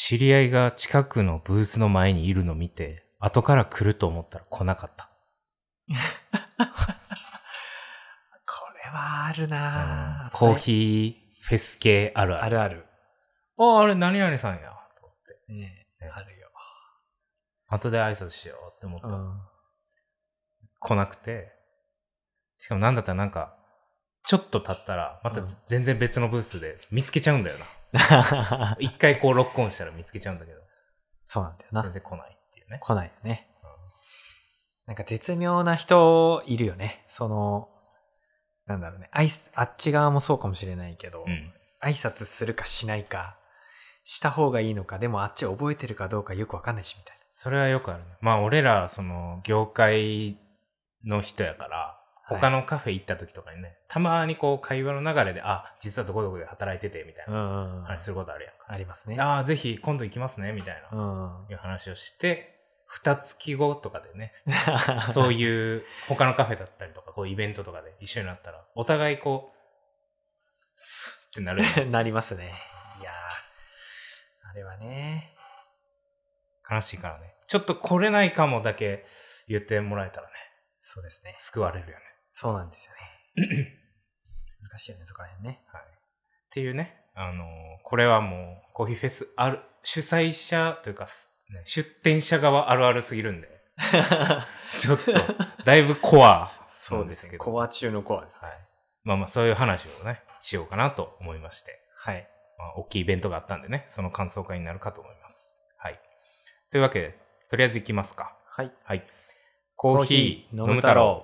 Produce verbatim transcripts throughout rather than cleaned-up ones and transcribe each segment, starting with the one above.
知り合いが近くのブースの前にいるの見て、後から来ると思ったら来なかった。 これはあるな、 うん、コーヒーフェス系あるある。 あるある。 あ、あれ何々さんや。と思って。 ねえ、ね、あるよ。 後で挨拶しようって思った。うん、来なくて。しかもなんだったらなんか、ちょっと経ったら、また全然別のブースで見つけちゃうんだよな。一回こうロックオンしたら見つけちゃうんだけど。 そうなんだよな。 全然来ないっていうね。 来ないよね。うん、なんか絶妙な人いるよね。その、なんだろうね。あいあっち側もそうかもしれないけど、うん、挨拶するかしないか、した方がいいのか、でもあっち覚えてるかどうかよくわかんないしみたいな。 それはよくあるね。まあ俺ら、その、業界の人やから、他のカフェ行った時とかにね、はい、たまにこう会話の流れで、あ、実はどこどこで働いてて、みたいな話することあるやんか。 ありますね。 ああ、ぜひ今度行きますね、みたいな、うん、いう話をして、二月後とかでね、そういう他のカフェだったりとか、こうイベントとかで一緒になったら、お互いこう、スッってなる、 ね。なりますね。いやー、あれはね。 悲しいからね。ちょっと来れないかもだけ言ってもらえたらね。 そうですね。 救われるよね。 そうなんですよね。難しいよね、そこら辺ね。 はい。っていうね、あのー、これはもうコーヒーフェスある、主催者というか、ね、出店者側あるあるすぎるんで、ちょっと、だいぶコアなんですけど。 そうですね。コア中のコアですね。 はい。まあまあそういう話をね、しようかなと思いまして。 はい。 まあ、大きいイベントがあったんでね、その感想会になるかと思います。はい。というわけで、とりあえず行きますか。 はい。 はい。コーヒー飲む太郎。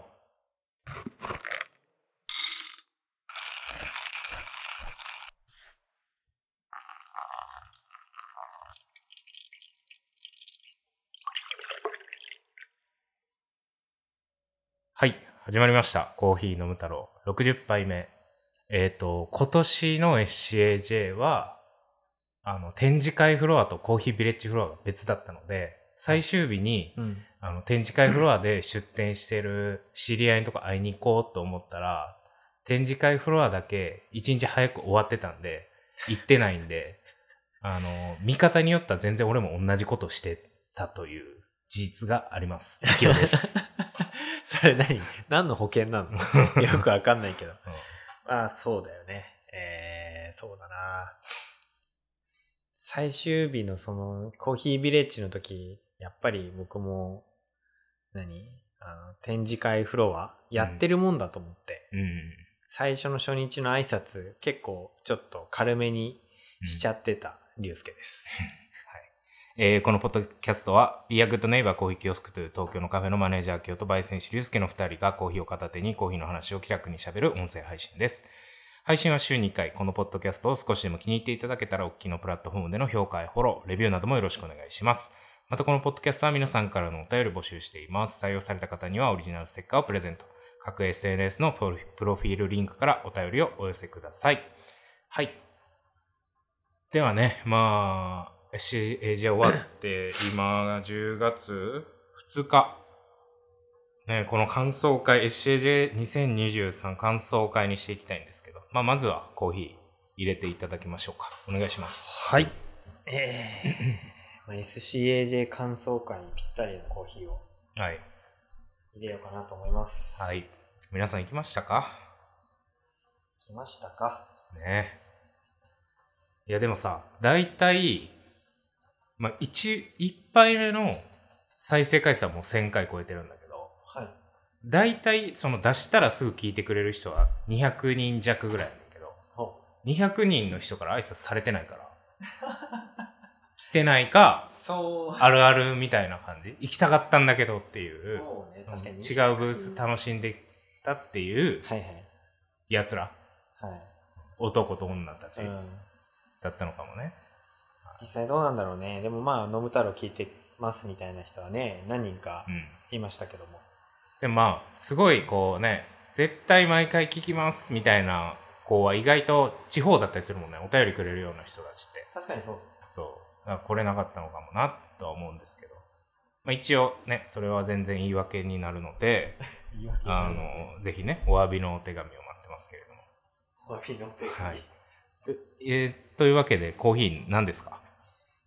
はい。始まりました。コーヒー飲む太郎。ろくじゅっぱいめ。えっと、今年の エスシーエージェー は、あの、展示会フロアとコーヒービレッジフロアが別だったので、最終日に、うん、あの、展示会フロアで出店してる知り合いのとこ会いに行こうと思ったら、展示会フロアだけ一日早く終わってたんで、行ってないんで、あの、見方によっては全然俺も同じことしてたという事実があります。勢いです。 それ何何の保険なのよくわかんないけど。うん、ああ、そうだよね。えー、そうだな。最終日のそのコーヒービレッジの時、やっぱり僕も、何あの展示会フロアやってるもんだと思って、うんうん、最初の初日の挨拶結構ちょっと軽めにしちゃってた龍介です。 えー、このポッドキャストは Be a Good Neighbor コーヒーキオスクという東京のカフェのマネージャー京都焙煎師龍介のふたりがコーヒーを片手にコーヒーの話を気楽にしゃべる音声配信です。配信は週にいっかい。このポッドキャストを少しでも気に入っていただけたらお聞きのプラットフォームでの評価やフォロー、レビューなどもよろしくお願いします。またこのポッドキャストは皆さんからのお便り募集しています。採用された方にはオリジナルステッカーをプレゼント。各 エスエヌエス のプロフィールリンクからお便りをお寄せください。はい。ではね、まあ、エスシーエージェー 終わって、今じゅうがつふつか。ね、この感想会、エスシーエージェーにせんにじゅうさん感想会にしていきたいんですけど、まあ、まずはコーヒー入れていただきましょうか。お願いします。 はい。えー、まあ、エスシーエージェー 感想会にぴったりのコーヒーを入れようかなと思います。 はい。皆さん行きましたか？ 来ましたか？ ね。いやでもさ、だいたい、まあ、1、いっぱいめの再生回数はもうせんかい超えてるんだけど、 はい。 だいたいその出したらすぐ聞いてくれる人はにひゃくにん弱ぐらいなんだけど、にひゃくにんの人から挨拶されてないから、来てないか、 そうあるあるみたいな感じ。行きたかったんだけどっていう、 そうね、確かに違うブース楽しんでたっていうやつら、 はいはい、 男と女たちだったのかもね。 実際どうなんだろうね。でもまあ飲む太郎聞いてますみたいな人はね何人かいましたけども、うん、 でもまあすごいこうね絶対毎回聞きますみたいな子は意外と地方だったりするもんね。お便りくれるような人たちって。 確かにそうそうだから来れなかったのかもなとは思うんですけど、まあ、一応ねそれは全然言い訳になるので言い訳になるのであのぜひねお詫びのお手紙を待ってますけれども。 お詫びのお手紙、はい、 でえー、というわけでコーヒー何ですか？ え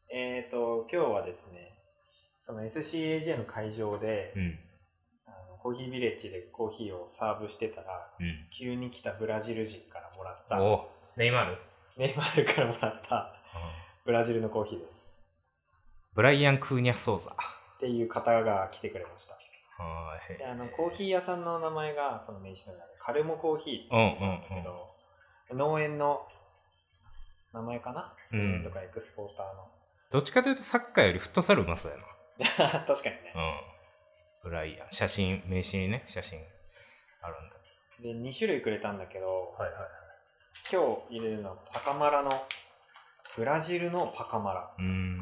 っと、今日はですね、その エスシーエージェー の会場で、 うん。 あのコーヒービレッジでコーヒーをサーブしてたら、 うん。 急に来たブラジル人からもらった、 おネイマールネイマールからもらったブラジルのコーヒーです。 ブライアン・クーニャ・ソーザ。 っていう方が来てくれました。 はであのコーヒー屋さんの名前がその名刺の中でカルモコーヒーって言うんだけど、農園の名前かな、 うん、 農園とかエクスポーターの。 どっちかというとサッカーよりフットサルうまそうやな。確かにね。 うん。ブライアン、写真、名刺にね、写真あるんだ。 で、に種類くれたんだけど、 はいはいはい、 今日入れるのはパカマラの、ブラジルのパカマラ。 うん。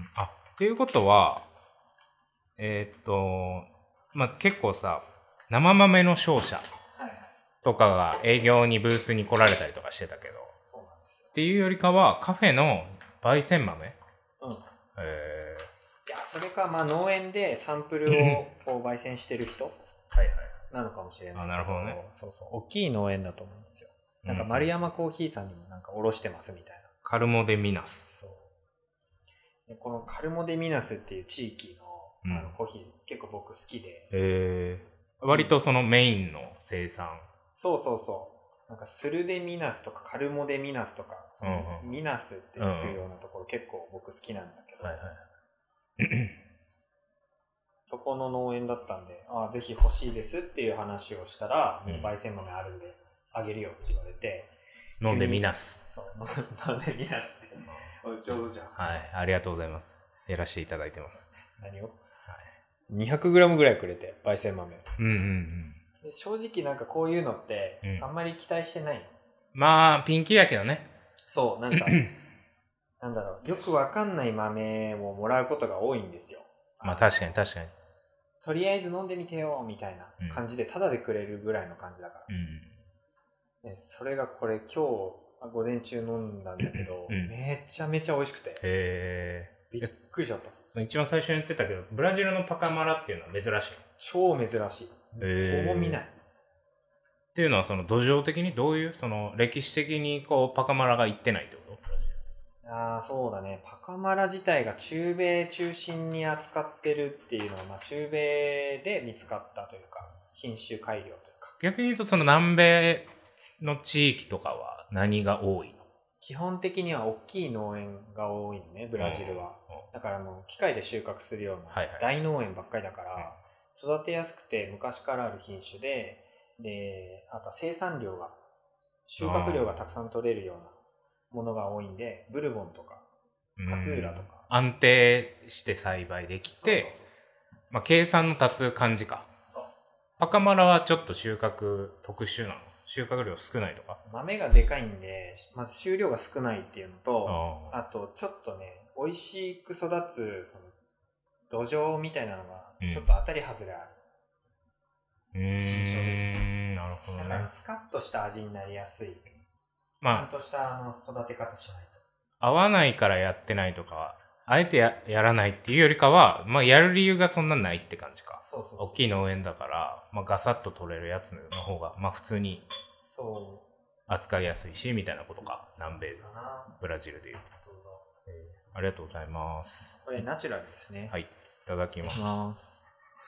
あ、っていうことは、えー、っと、まあ、結構さ、生豆の商社とかが営業にブースに来られたりとかしてたけど、 そうなんですよ。 っていうよりかはカフェの焙煎豆。 うん。 えー、いや、それか、まあ農園でサンプルをこう焙煎してる人はいはいなのかもしれない。 あ、なるほどね。 そうそう。大きい農園だと思うんですよ。なんか丸山コーヒーさんにもなんかおろしてますみたいな。 カルモデミナス。 そう。でこのカルモデミナスっていう地域の、うん、あのコーヒー結構僕好きで。 へー。割とそのメインの生産。 そうそうそう。なんかスルデミナスとかカルモデミナスとか、そのミナスってつくようなところ結構僕好きなんだけど。はいはい、そこの農園だったんで、ああ、ぜひ欲しいですっていう話をしたら、うん、焙煎豆あるんであげるよって言われて。 飲んでみなす。 そう、飲んでみなすって。上手じゃん。 はい、ありがとうございます。やらせていただいてます。 何を、はい、にひゃくグラム ぐらいくれて、焙煎豆。 うんうんうん。 で正直なんかこういうのって、あんまり期待してないの、うん、 まあ、ピンキリやけどね。 そう、なんか、なんだろう、よくわかんない豆をもらうことが多いんですよ。 まあ確かに確かに。 とりあえず飲んでみてよ、みたいな感じで、タダでくれるぐらいの感じだから。うん、でそれがこれ今日、午前中飲んだんだけど、うん、めちゃめちゃ美味しくて。へー。びっくりしちゃった。 その一番最初に言ってたけど、ブラジルのパカマラっていうのは珍しいの？ 超珍しい。ほぼ見ない。 っていうのはその土壌的にどういう、その歴史的にこうパカマラが行ってないってこと？ ああ、そうだね。パカマラ自体が中米中心に扱ってるっていうのは、まあ、中米で見つかったというか、品種改良というか。 逆に言うとその南米の地域とかは何が多いの？ 基本的には大きい農園が多いね、ブラジルは。だからもう機械で収穫するような大農園ばっかりだから、はいはい、育てやすくて昔からある品種で、で、あとは生産量が、収穫量がたくさん取れるようなものが多いんで、ブルボンとか、勝浦とか。 安定して栽培できて、そうそうそう、まあ、計算の立つ感じか。そう。パカマラはちょっと収穫特殊なの？収穫量少ないとか？ 豆がでかいんで、まず収量が少ないっていうのと、あ, あとちょっとね、美味しく育つその土壌みたいなのがちょっと当たり外れある。 うーん、なるほどね。 だからスカッとした味になりやすい。まあ、ちゃんとしたあの育て方しないと。 合わないからやってないとか、あえて や, やらないっていうよりかは、まあやる理由がそんなないって感じか。そうそうそうそう。大きい農園だから、まあガサッと取れるやつの方が、まあ普通に扱いやすいし、みたいなことか。南米、ブラジルでいう。どうぞ。えー、ありがとうございます。 これナチュラルですね。 はい。いただきます。 いただきます。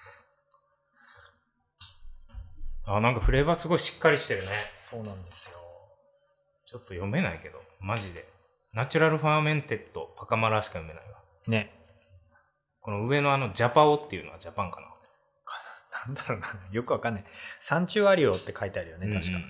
あ、なんかフレーバーすごいしっかりしてるね。 そうなんですよ。 ちょっと読めないけど、マジで。ナチュラルファーメンテッドパカマラしか読めないわ。 ね。この上のあのジャパオっていうのはジャパンかな。 なんだろうな。よくわかんない。サンチュアリオって書いてあるよね、確か。わ、うんうん、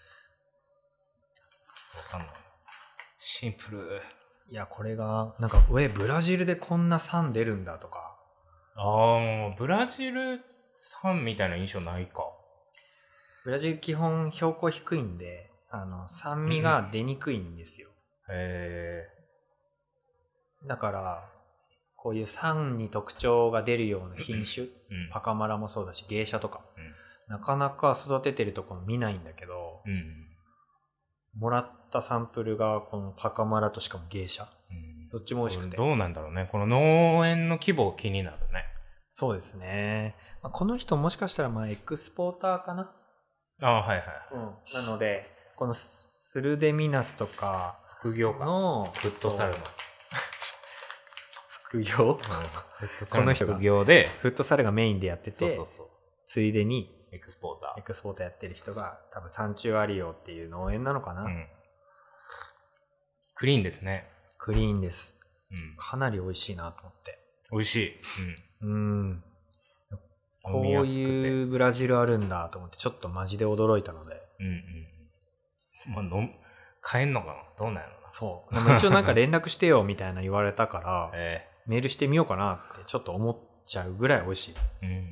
かんない。シンプル。 いや、これが、なんか、え、ブラジルでこんな酸出るんだとか。 ああ、ブラジル酸みたいな印象ないか。 ブラジル基本標高低いんで、あの、酸味が出にくいんですよ。うん、へー。だから、こういう酸に特徴が出るような品種、うん、パカマラもそうだし、芸者とか、うん、なかなか育ててるところ見ないんだけど、うん、もらったサンプルがこのパカマラとしかも芸者、うん、どっちも美味しくて。 どうなんだろうね。この農園の規模気になるね。 そうですね。まあ、この人もしかしたらまあエクスポーターかな。 ああ、はいはい。 うん、なので、このスルデミナスとか副業のフットサルの副業、 うん、フットサルの副業でフットサルがメインでやってて、 そうそうそう、 ついでにエクスポーターエクスポーターやってる人が多分サンチュアリオっていう農園なのかな、 うん、クリーンですね。 クリーンです、 うん、 かなり美味しいなと思って。 美味しい、 うん、うんこう飲みやすくていうブラジルあるんだと思ってちょっとマジで驚いたので、 うんうん、まあ飲買えんのかな、どうなんやろな。 そうでも一応なんか連絡してよみたいな言われたから、 えメールしてみようかなってちょっと思っちゃうぐらい美味しい。 ー、うんうん、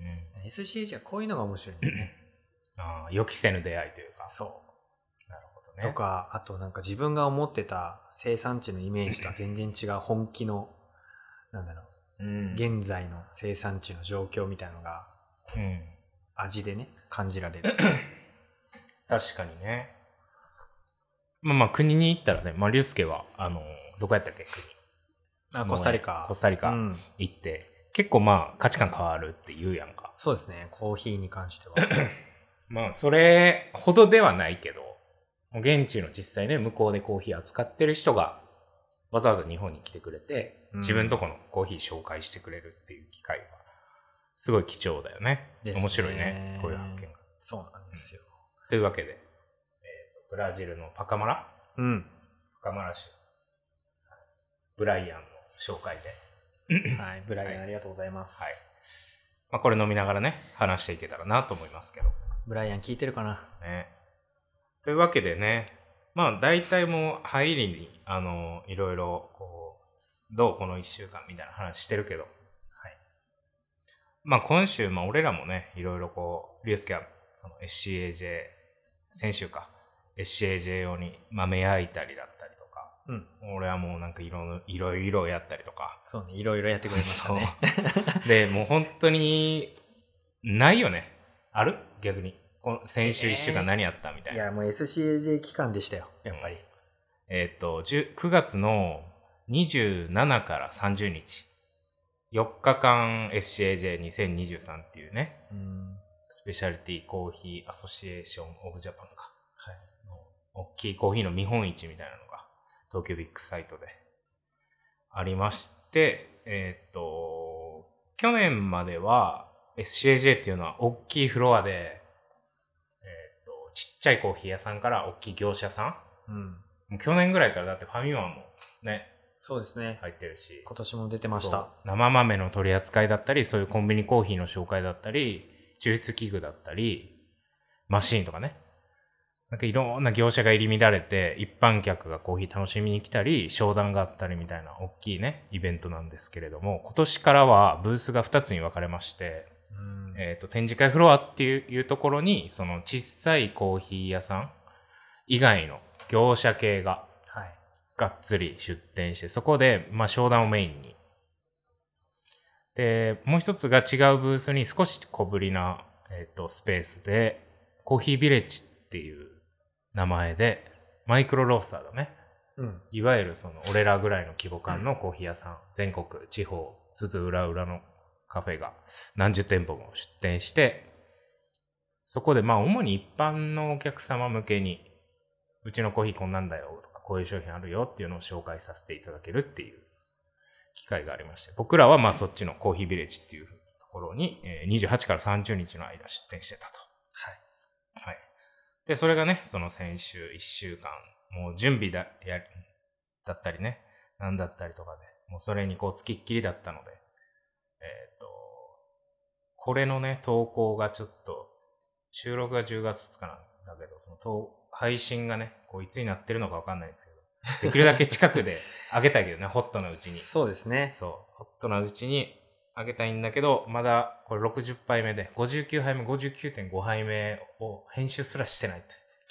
エスシーエージー はこういうのが面白いんだよねああ、予期せぬ出会いというか。 そうなるほどね。 とか、あとなんか自分が思ってた生産地のイメージとは全然違う本気のなんだろう、うん、現在の生産地の状況みたいなのが、うん、味でね感じられる確かにね。まあまあ国に行ったらね、まあ竜介はあのどこやったっけ、国。 あ、コスタリカ。 コスタリカ行って、うん、結構まあ価値観変わるって言うやんか。 そうですね、コーヒーに関してはまあそれほどではないけど、現地の実際ね向こうでコーヒー扱ってる人がわざわざ日本に来てくれて、うん、自分とこのコーヒー紹介してくれるっていう機会はすごい貴重だよね。面白いね、こういう発見が。 そうなんですよ。 うん、というわけで、えー、ブラジルのパカマラ、 うん、 パカマラ州ブライアンの紹介で、はい、ブライアン、はい、ありがとうございます。 はい。まあこれ飲みながらね話していけたらなと思いますけど。 ブライアン聞いてるかな。 ね。というわけでね、まあ大体もう入りにあのいろいろこうどうこのいっしゅうかんみたいな話してるけど、はい。まあ今週まあ俺らもねいろいろこうリュウスケはその エスシーエージェー 先週か エスシーエージェー 用に豆焼いたりだったりとか、うん、俺はもうなんかいろいろいろやったりとか、 そうね、いろいろやってくれましたね。 でもう本当にないよね。ある？逆に。この先週いっしゅうかん何やったみたいな。 いや、もう エスシーエージェー 期間でしたよ、やっぱり。うん、 えっと、くがつのにじゅうしちからさんじゅうにち。よっかかん エスシーエージェーにせんにじゅうさん っていうね、うん、スペシャリティコーヒーアソシエーションオブジャパンか。はい。大きいコーヒーの見本市みたいなのが東京ビッグサイトでありまして、えっと、去年までは エスシーエージェー っていうのは大きいフロアで、ちっちゃいコーヒー屋さんから大きい業者さん、うん、もう去年ぐらいからだってファミマもね、 そうですね、 入ってるし、 今年も出てました。 生豆の取り扱いだったり、そういうコンビニコーヒーの紹介だったり、抽出器具だったり、マシーンとかね、なんかいろんな業者が入り乱れて、一般客がコーヒー楽しみに来たり、商談があったりみたいな大きいねイベントなんですけれども、今年からはブースがふたつに分かれまして。うんえーと、展示会フロアっていう、いうところにその小さいコーヒー屋さん以外の業者系ががっつり出店して、そこでまあ商談をメインに、でもう一つが違うブースに少し小ぶりな、えーと、スペースでコーヒービレッジっていう名前でマイクロロースターだね、うん、いわゆるその俺らぐらいの規模感のコーヒー屋さん、全国地方津々浦々のカフェが何十店舗も出店して、そこでまあ主に一般のお客様向けにうちのコーヒーこんなんだよとかこういう商品あるよっていうのを紹介させていただけるっていう機会がありまして、僕らはまあそっちのコーヒービレッジっていうところににじゅうはちからさんじゅうにちの間出店してたと。はい。はい。で、それがね、その先週いっしゅうかん、もう準備だ、や、だったりね、なんだったりとかで、もうそれにこうつきっきりだったので、えっと、これのね、投稿がちょっと、収録がじゅうがつふつかなんだけど、その配信がね、こういつになってるのかわかんないんですけど、できるだけ近くで上げたいけどね、ホットなうちに。 そうですね。 そう、ホットなうちに上げたいんだけど、まだこれろくじゅっぱいめで、ごじゅうきゅうはいめ、ごじゅうきゅうてんごはいめを編集すらしてないと。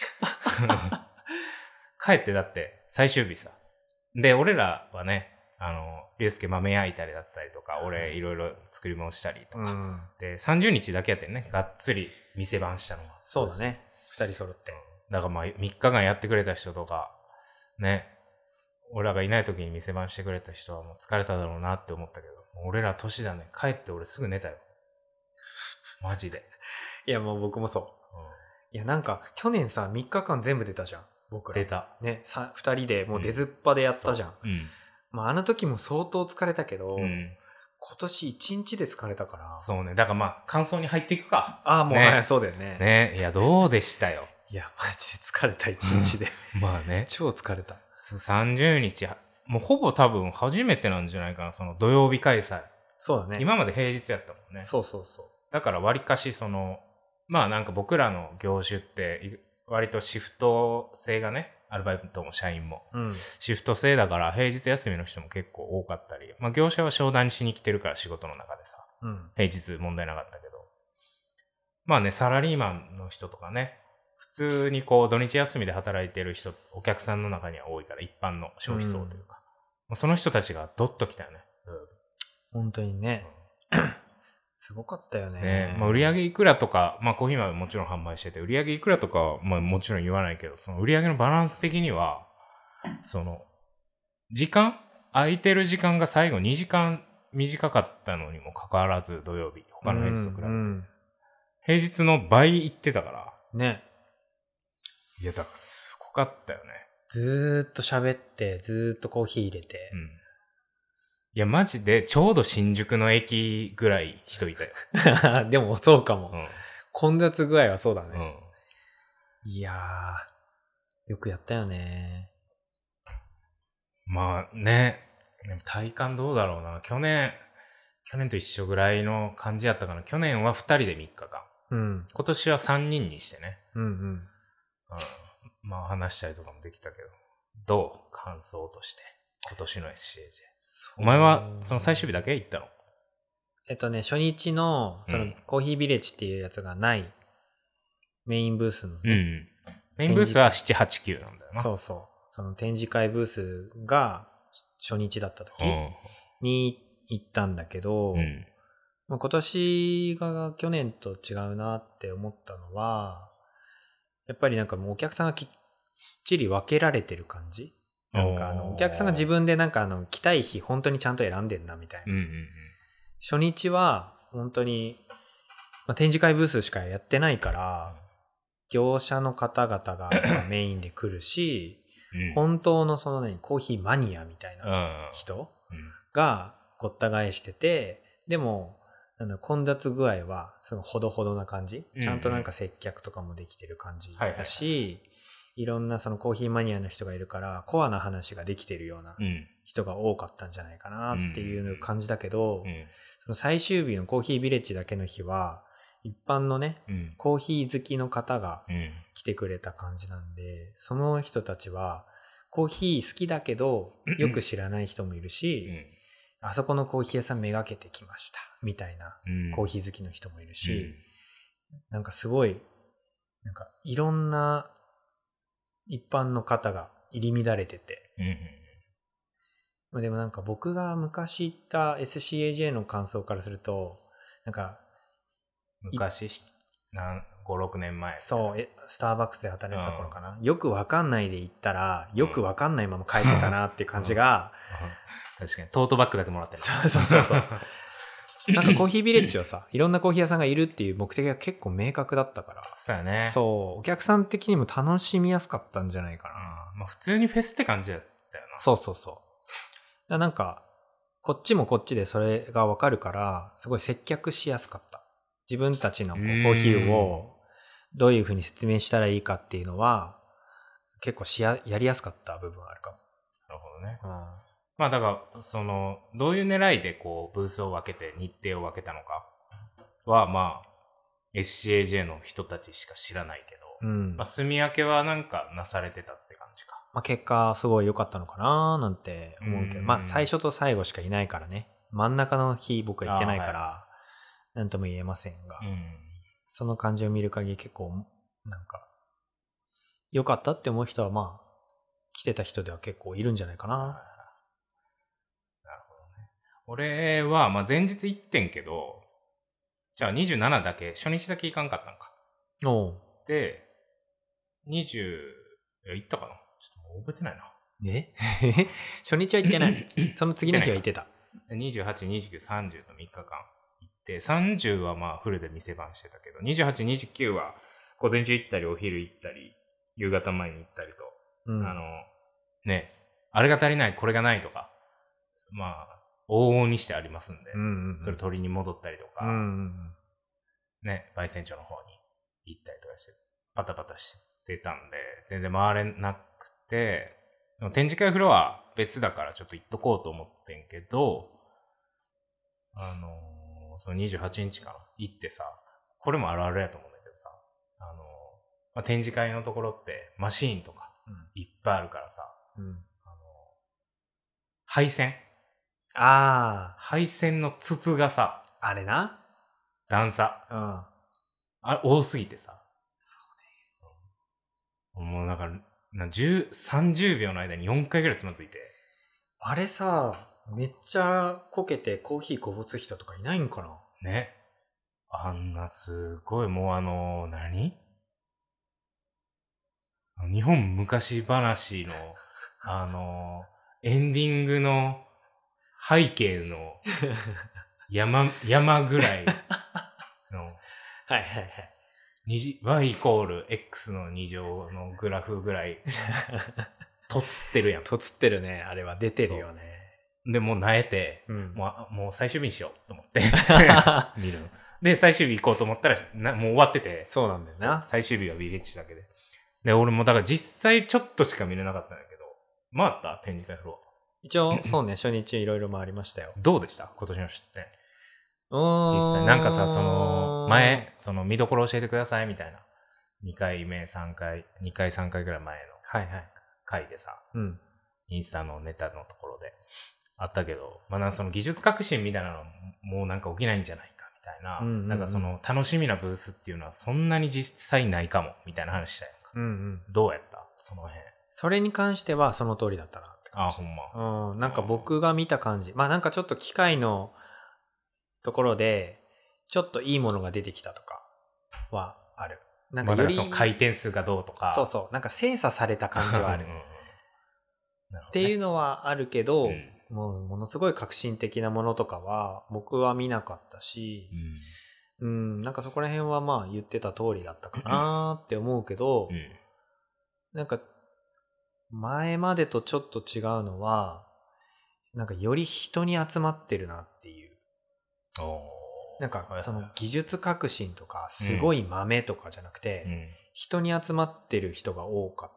帰ってだって最終日さ。で、俺らはね、あの、リュウスケ豆焼いたりだったりとか、俺いろいろ作り物したりとか、うん、で、さんじゅうにちだけやってね、がっつり店番したのは。 そうだね。二人揃って。 だからまあみっかかんやってくれた人とか、ね、俺らがいない時に店番してくれた人はもう疲れただろうなって思ったけど、俺ら年だね。帰って俺すぐ寝たよ。マジで。 いやもう僕もそう。うん、いやなんか去年さ、みっかかん全部出たじゃん。僕ら。 出た。 ね、さ、二人でもう出ずっぱでやったじゃん。うん。 まああの時も相当疲れたけど、 うん、 今年いちにちで疲れたから。 そうね。だからまあ感想に入っていくか。 ああ、もう、 ね、 はい、そうだよね。 ね、いやどうでしたよ。 いやマジで疲れたいちにちで。 まあね。 超疲れた。 さんじゅうにち、もうほぼ多分初めてなんじゃないかな、その土曜日開催。 そうだね。 今まで平日やったもんね。 そうそうそう。 だから割かしその、まあなんか僕らの業種って割とシフト制がね、アルバイトも社員も、うん、シフト制だから平日休みの人も結構多かったり、まあ業者は商談にしに来てるから仕事の中でさ、うん、平日問題なかったけど、まあね、サラリーマンの人とかね、普通にこう土日休みで働いてる人、お客さんの中には多いから、一般の消費層というか、うん、その人たちがドッと来たよね。 うん、本当にね。うんすごかったよね。 ね、まあ、売上いくらとか、まあコーヒーはもちろん販売してて、売上いくらとかは、まあもちろん言わないけど、その売上のバランス的には、その、時間空いてる時間が最後にじかん短かったのにもかかわらず土曜日、他の平日と比べて。うんうん、平日の倍行ってたから。 ね。 いや、だからすごかったよね。 ずーっと喋って、ずーっとコーヒー入れて。うんいや、マジで、ちょうど新宿の駅ぐらい人いたよ。 でも、そうかも、 うん。 混雑具合はそうだね。 うん、 いやー、よくやったよね。 まあね、でも体感どうだろうな。去年、去年と一緒ぐらいの感じやったかな。去年はふたりでみっかかん。うん。今年はさんにんにしてね。うんうん。うん、まあ話したりとかもできたけど。どう感想として。今年の エスシーエージェー。お前はその最終日だけ行ったの？ えっとね、初日の、その、コーヒービレッジっていうやつがないメインブースの、ね、うん。 メインブースはなな、はち、きゅうなんだよな。 そうそう。その展示会ブースが初日だった時に行ったんだけど、うん、まあ、今年が去年と違うなって思ったのは、やっぱりなんかもうお客さんがきっちり分けられてる感じ。なんかあのお客さんが自分でなんかあの来たい日本当にちゃんと選んでんなみたいな、うんうんうん、初日は本当に、まあ、展示会ブースしかやってないから業者の方々がメインで来るし、うん、本当のその何コーヒーマニアみたいな人がごった返してて、でもあの混雑具合はそのほどほどな感じ、ちゃんとなんか接客とかもできてる感じだし、はいはいはい、いろんなそのコーヒーマニアの人がいるからコアな話ができてるような人が多かったんじゃないかなっていう感じだけど、うんうん、その最終日のコーヒービレッジだけの日は一般のね、うん、コーヒー好きの方が来てくれた感じなんで、その人たちはコーヒー好きだけどよく知らない人もいるし、うん、あそこのコーヒー屋さんめがけてきましたみたいなコーヒー好きの人もいるし、うん、なんかすごいなんかいろんな一般の方が入り乱れてて、うんうん、でもなんか僕が昔行った エスシーエージェー の感想からするとなんか昔ご、ろくねんまえそうえスターバックスで働いてた頃かな、うん、よくわかんないで行ったらよくわかんないまま帰ってたなっていう感じが、 うんうん、確かにトートバッグだけもらってるそうそうそうそうなんかコーヒービレッジはさ、いろんなコーヒー屋さんがいるっていう目的が結構明確だったから。 そうやね。 そう、お客さん的にも楽しみやすかったんじゃないかな。 うん、まあ普通にフェスって感じだったよな。 そうそうそう。なんか、こっちもこっちでそれがわかるから、すごい接客しやすかった。自分たちのこうコーヒーをどういうふうに説明したらいいかっていうのは、結構しや、やりやすかった部分あるかも。 なるほどね。うんまあだから、その、どういう狙いでこう、ブースを分けて日程を分けたのかは、まあ、エスシーエージェー の人たちしか知らないけど、うんまあ、住み分けはなんかなされてたって感じか。 まあ結果、すごい良かったのかななんて思うけど、まあ最初と最後しかいないからね。真ん中の日僕は行ってないから、はい、なんとも言えませんが、うん、その感じを見る限り結構、なんか、良かったって思う人はまあ、来てた人では結構いるんじゃないかな。 俺は、まあ、前日行ってんけど、じゃあにじゅうななだけ、初日だけ行かんかったんか。 おう。 で、にじゅう、いや、行ったかなちょっともう覚えてないな。 え初日は行ってない。その次の日は行ってた。 にじゅうはち、にじゅうく、さんじゅうとみっかかん行って、さんじゅうはまあフルで店番してたけど、にじゅうはち、にじゅうくは午前中行ったり、お昼行ったり、夕方前に行ったりと、うん、あの、ね、あれが足りない、これがないとか、 まあ、往々にしてありますんで、 うんうんうん、 それ取りに戻ったりとか、 うんうんうんね、焙煎所の方に行ったりとかして、パタパタしてたんで、全然回れなくて、でも展示会フロア別だからちょっと行っとこうと思ってんけど、あのー、そのにじゅうはちにちかな、行ってさ、これもあるあるやと思うんだけどさ、あのー、まあ、展示会のところってマシーンとかいっぱいあるからさ、 うん、 あのー、配線ああ。 配線の筒がさ、 あれな。 段差。 うん。 あ、多すぎてさ。 そうね。もうなんか、なじゅう、さんじゅうびょうの間によんかいぐらいつまずいて。 あれさ、めっちゃこけてコーヒーこぼす人とかいないんかな。 ね。あんなすごい、もうあの、何日本昔話の、あの、エンディングの背景の山、山ぐらいの、 はいはいはい。 y イコール x のに乗のグラフぐらい、とつってるやん。 とつってるね。あれは出てるよね。 で、もう萎えて、うん、もう、もう最終日にしようと思って、見るの。で、最終日行こうと思ったら、なもう終わってて。 そうなんだよな。 最終日はビレッジだけで。で、俺もだから実際ちょっとしか見れなかったんだけど、回った展示会フロア。 一応、そうね、初日いろいろ回りましたよ。 どうでした今年の出展。実際。なんかさ、その、前、その見どころ教えてくださいみたいな。にかいめ、さんかい、にかいさんかいぐらい前の回でさ、 はいはい、うん、 インスタのネタのところであったけど、まあなんかその技術革新みたいなのもうなんか起きないんじゃないかみたいな、うんうんうん、なんかその楽しみなブースっていうのはそんなに実際ないかもみたいな話したやんか。 うんうん、 どうやったその辺。 それに関してはその通りだったなって感じ。 あ、ほんま。 うん、なんか僕が見た感じ。まあなんかちょっと機械のところで、ちょっといいものが出てきたとかはある。 なんかより、まあ、その回転数がどうとか。 そうそう。なんか精査された感じはある。うんうん、ね、っていうのはあるけど、うん、もうものすごい革新的なものとかは僕は見なかったし、うん、うんなんかそこら辺はまあ言ってた通りだったかなって思うけど、うん、なんか前までとちょっと違うのは、なんかより人に集まってるなっていう。なんかその技術革新とかすごい豆とかじゃなくて、うん、人に集まってる人が多かった。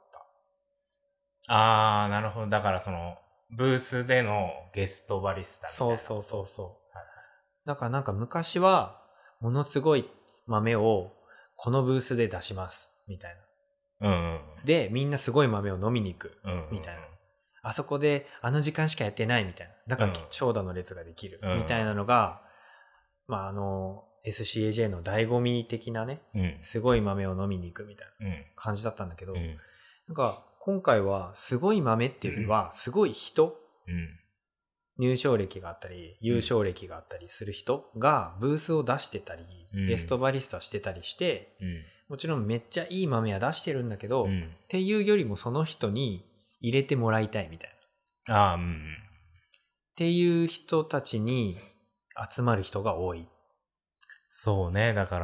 あー、なるほど。だからそのブースでのゲストバリスタみたいな。 そうそうそうそう。はい、だからなんか昔はものすごい豆をこのブースで出しますみたいな。うんうん、 で、みんなすごい豆を飲みに行くみたいな。うんうんうん、あそこであの時間しかやってないみたいな。だから長蛇の列ができるみたいなのが、うんうん、まああの エスシーエージェー の醍醐味的なね、うん、すごい豆を飲みに行くみたいな感じだったんだけど、うん、なんか今回はすごい豆っていうよりはすごい人、うん、入賞歴があったり優勝歴があったりする人がブースを出してたり、うん、ゲストバリスタしてたりして、うん、もちろんめっちゃいい豆は出してるんだけど、うん、っていうよりもその人に入れてもらいたいみたいな。あ、うん、 っていう人たちに集まる人が多い。 そうね。だから、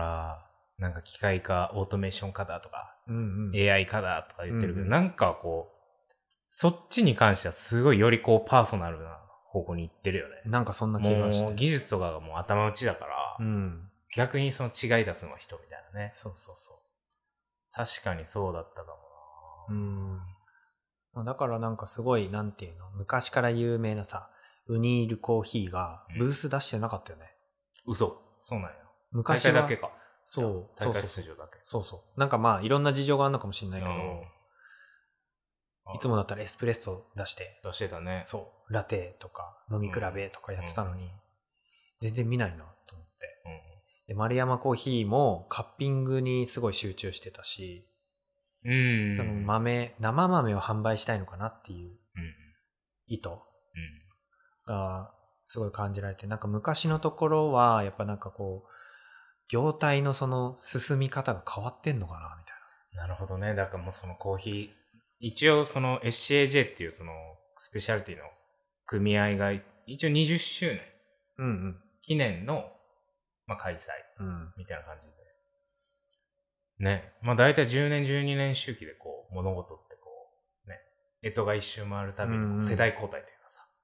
なんか機械化、オートメーション化だとか、うんうん、エーアイ 化だとか言ってるけど、うんうん、なんかこう、そっちに関してはすごいよりこうパーソナルな方向に行ってるよね。 なんかそんな気がして。 もう技術とかがもう頭打ちだから、うん、逆にその違い出すのは人みたいなね。 そうそうそう。 確かにそうだったかもな。 うん。だからなんかすごい、なんていうの、昔から有名なさ、ウニールコーヒーがブース出してなかったよね。 うん、嘘。そうなんや。 昔は大会だけか。 そう。 大会出場だけ。 そうそう。なんかまあ、いろんな事情があるのかもしれないけど、うん、いつもだったらエスプレッソ出して。 出してたね。 そう。ラテとか飲み比べとかやってたのに、うん、全然見ないなと思って。うん、で、丸山コーヒーもカッピングにすごい集中してたし、うん、豆、生豆を販売したいのかなっていう意図がすごい感じられて、なんか昔のところはやっぱなんかこう、業態のその進み方が変わってんのかなみたいな。なるほどね。だからもうそのコーヒー、一応その エスシーエージェー っていうそのスペシャリティの組合が一応にじゅっしゅうねん、うんうん、記念の、まあ、開催みたいな感じで、うん、ね、まあ大体じゅうねんじゅうにねん周期でこう物事ってこうね、干支が一周回るたびに世代交代というかさ、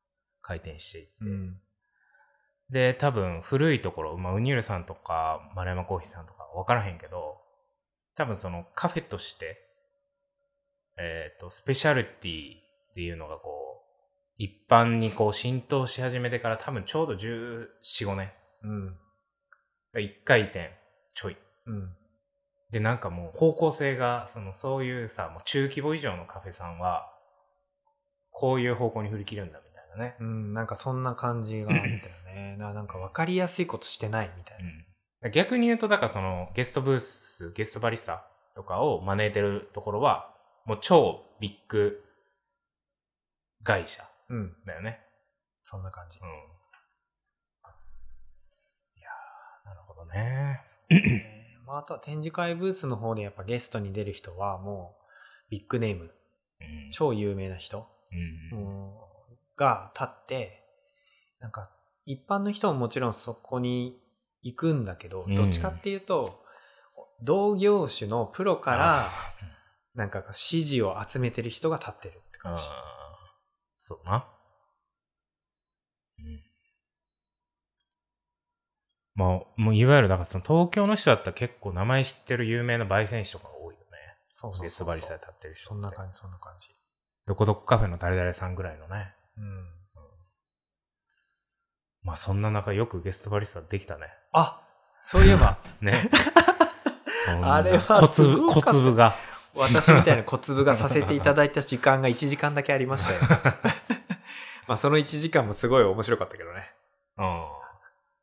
開店していって、 うん、 で多分古いところ、まあ、ウニュールさんとか丸山コーヒーさんとか分からへんけど、多分そのカフェとしてえっとスペシャルティっていうのがこう一般にこう浸透し始めてから多分ちょうどじゅうよん、ごねん、うん、いっかい転ちょい、うん、でなんかもう方向性がそのそういうさ、もう中規模以上のカフェさんはこういう方向に振り切るんだみたいなね、 うん、なんかそんな感じがあったよね。ななんか分かりやすいことしてないみたいな、 うん、逆に言うとだからそのゲストブースゲストバリスタとかを招いてるところはもう超ビッグ会社だよね、うん、 そんな感じ、うん、いやーなるほどねまあ、あとは展示会ブースの方でやっぱゲストに出る人はもうビッグネーム、うん、超有名な人、うん、が立ってなんか一般の人ももちろんそこに行くんだけど、うん、どっちかっていうと同業種のプロからなんか支持を集めてる人が立ってるって感じ。 そうな。うん。まあ、もういわゆるだからその東京の人だったら結構名前知ってる有名な焙煎師とかが多いよね。 そうそうそうそう。 ゲストバリスタで立ってる人って。 そんな感じ、そんな感じ。 どこどこカフェの誰々さんぐらいのね。うん。うん、まあそんな中よくゲストバリスタできたね。 あ、そういえば。 ね。 あれは小粒、小粒が。 私みたいな小粒がさせていただいた時間がいちじかんだけありましたよ。まあそのいちじかんもすごい面白かったけどね。 うん。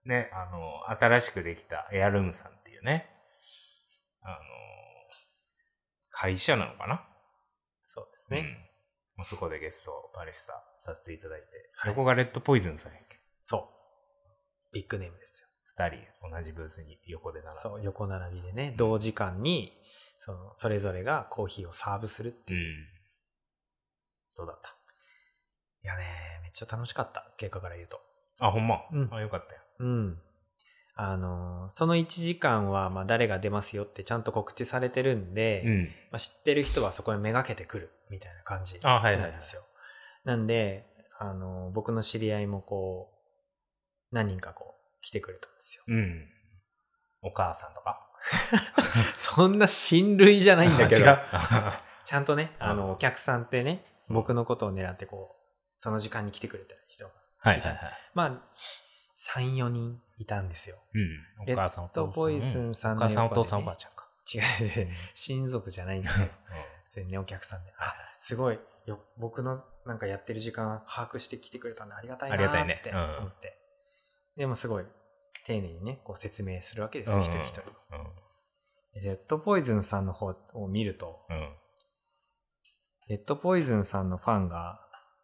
ね、あの、新しくできたエアルームさんっていうね、あの、会社なのかな？ そうですね。うん、 もうそこでゲストバリスタさせていただいて。はい、横がレッドポイズンさんやっけ？ そう。ビッグネームですよ。 二人同じブースに横で並んで。 そう、横並びでね、同時間に、その、それぞれがコーヒーをサーブするっていう。うん、 どうだった？ いやね、めっちゃ楽しかった。結果から言うと。 あ、ほんま。 うん。 あ、よかったよ。 うん。あの、そのいちじかんは、まあ、誰が出ますよってちゃんと告知されてるんで、うん、まあ、知ってる人はそこにめがけてくるみたいな感じなんですよ。あ、はいはいはい。なんで、あの、僕の知り合いもこう、何人かこう、来てくれたんですよ。 うん。お母さんとかそんな親類じゃないんだけど。違う。ちゃんとね、あの、お客さんってね、僕のことを狙ってこう、その時間に来てくれた人がいた。はいはいはい。まあ、さん、よにんいたんですよ。 うん。お母さん、お父さん。 レッドポイズンさんの、ね、お母さん、お父さん、おばあちゃんか。 違う、親族じゃないんですよ。普通にね、お客さんで。あ、すごいよ、僕のなんかやってる時間把握して来てくれたんでありがたいなーって思って。ありがたいね。うん、でもすごい、丁寧にね、こう説明するわけですよ、一人一人。レッドポイズンさんの方を見ると、うん、レッドポイズンさんのファンが、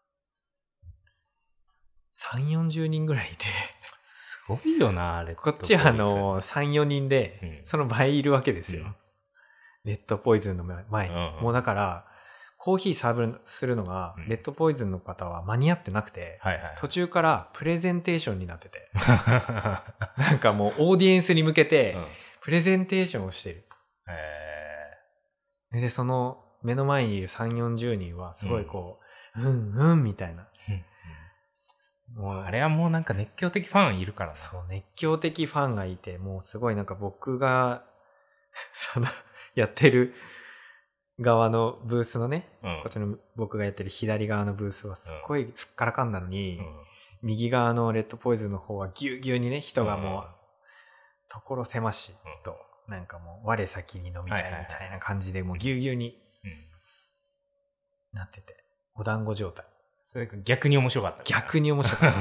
さん、よんじゅうにんぐらいいて。 すごいよな、レッドポイズン。こっちはあの、さん、よにんで、その倍いるわけですよ。うん、レッドポイズンの前に。うんうん、もうだから、コーヒーサーブするのが、レッドポイズンの方は間に合ってなくて、うんはいはい、途中からプレゼンテーションになってて、なんかもうオーディエンスに向けて、プレゼンテーションをしてる。うん、で、その目の前にいるさん、よんじゅうにんはすごいこう、うん、うん、みたいな。 もうあれはもうなんか熱狂的ファンいるからな。 そう、熱狂的ファンがいて、もうすごいなんか僕が、その、やってる側のブースのね、うん、こっちの僕がやってる左側のブースはすっごいすっからかんなのに、うん、右側のレッドポイズンの方はぎゅうぎゅうにね、人がもう、ところ狭しと、うん、なんかもう我先に飲みたいみたいな感じで、もうぎゅうぎゅうになってて、お団子状態。 それか逆に面白かった。 逆に面白かった。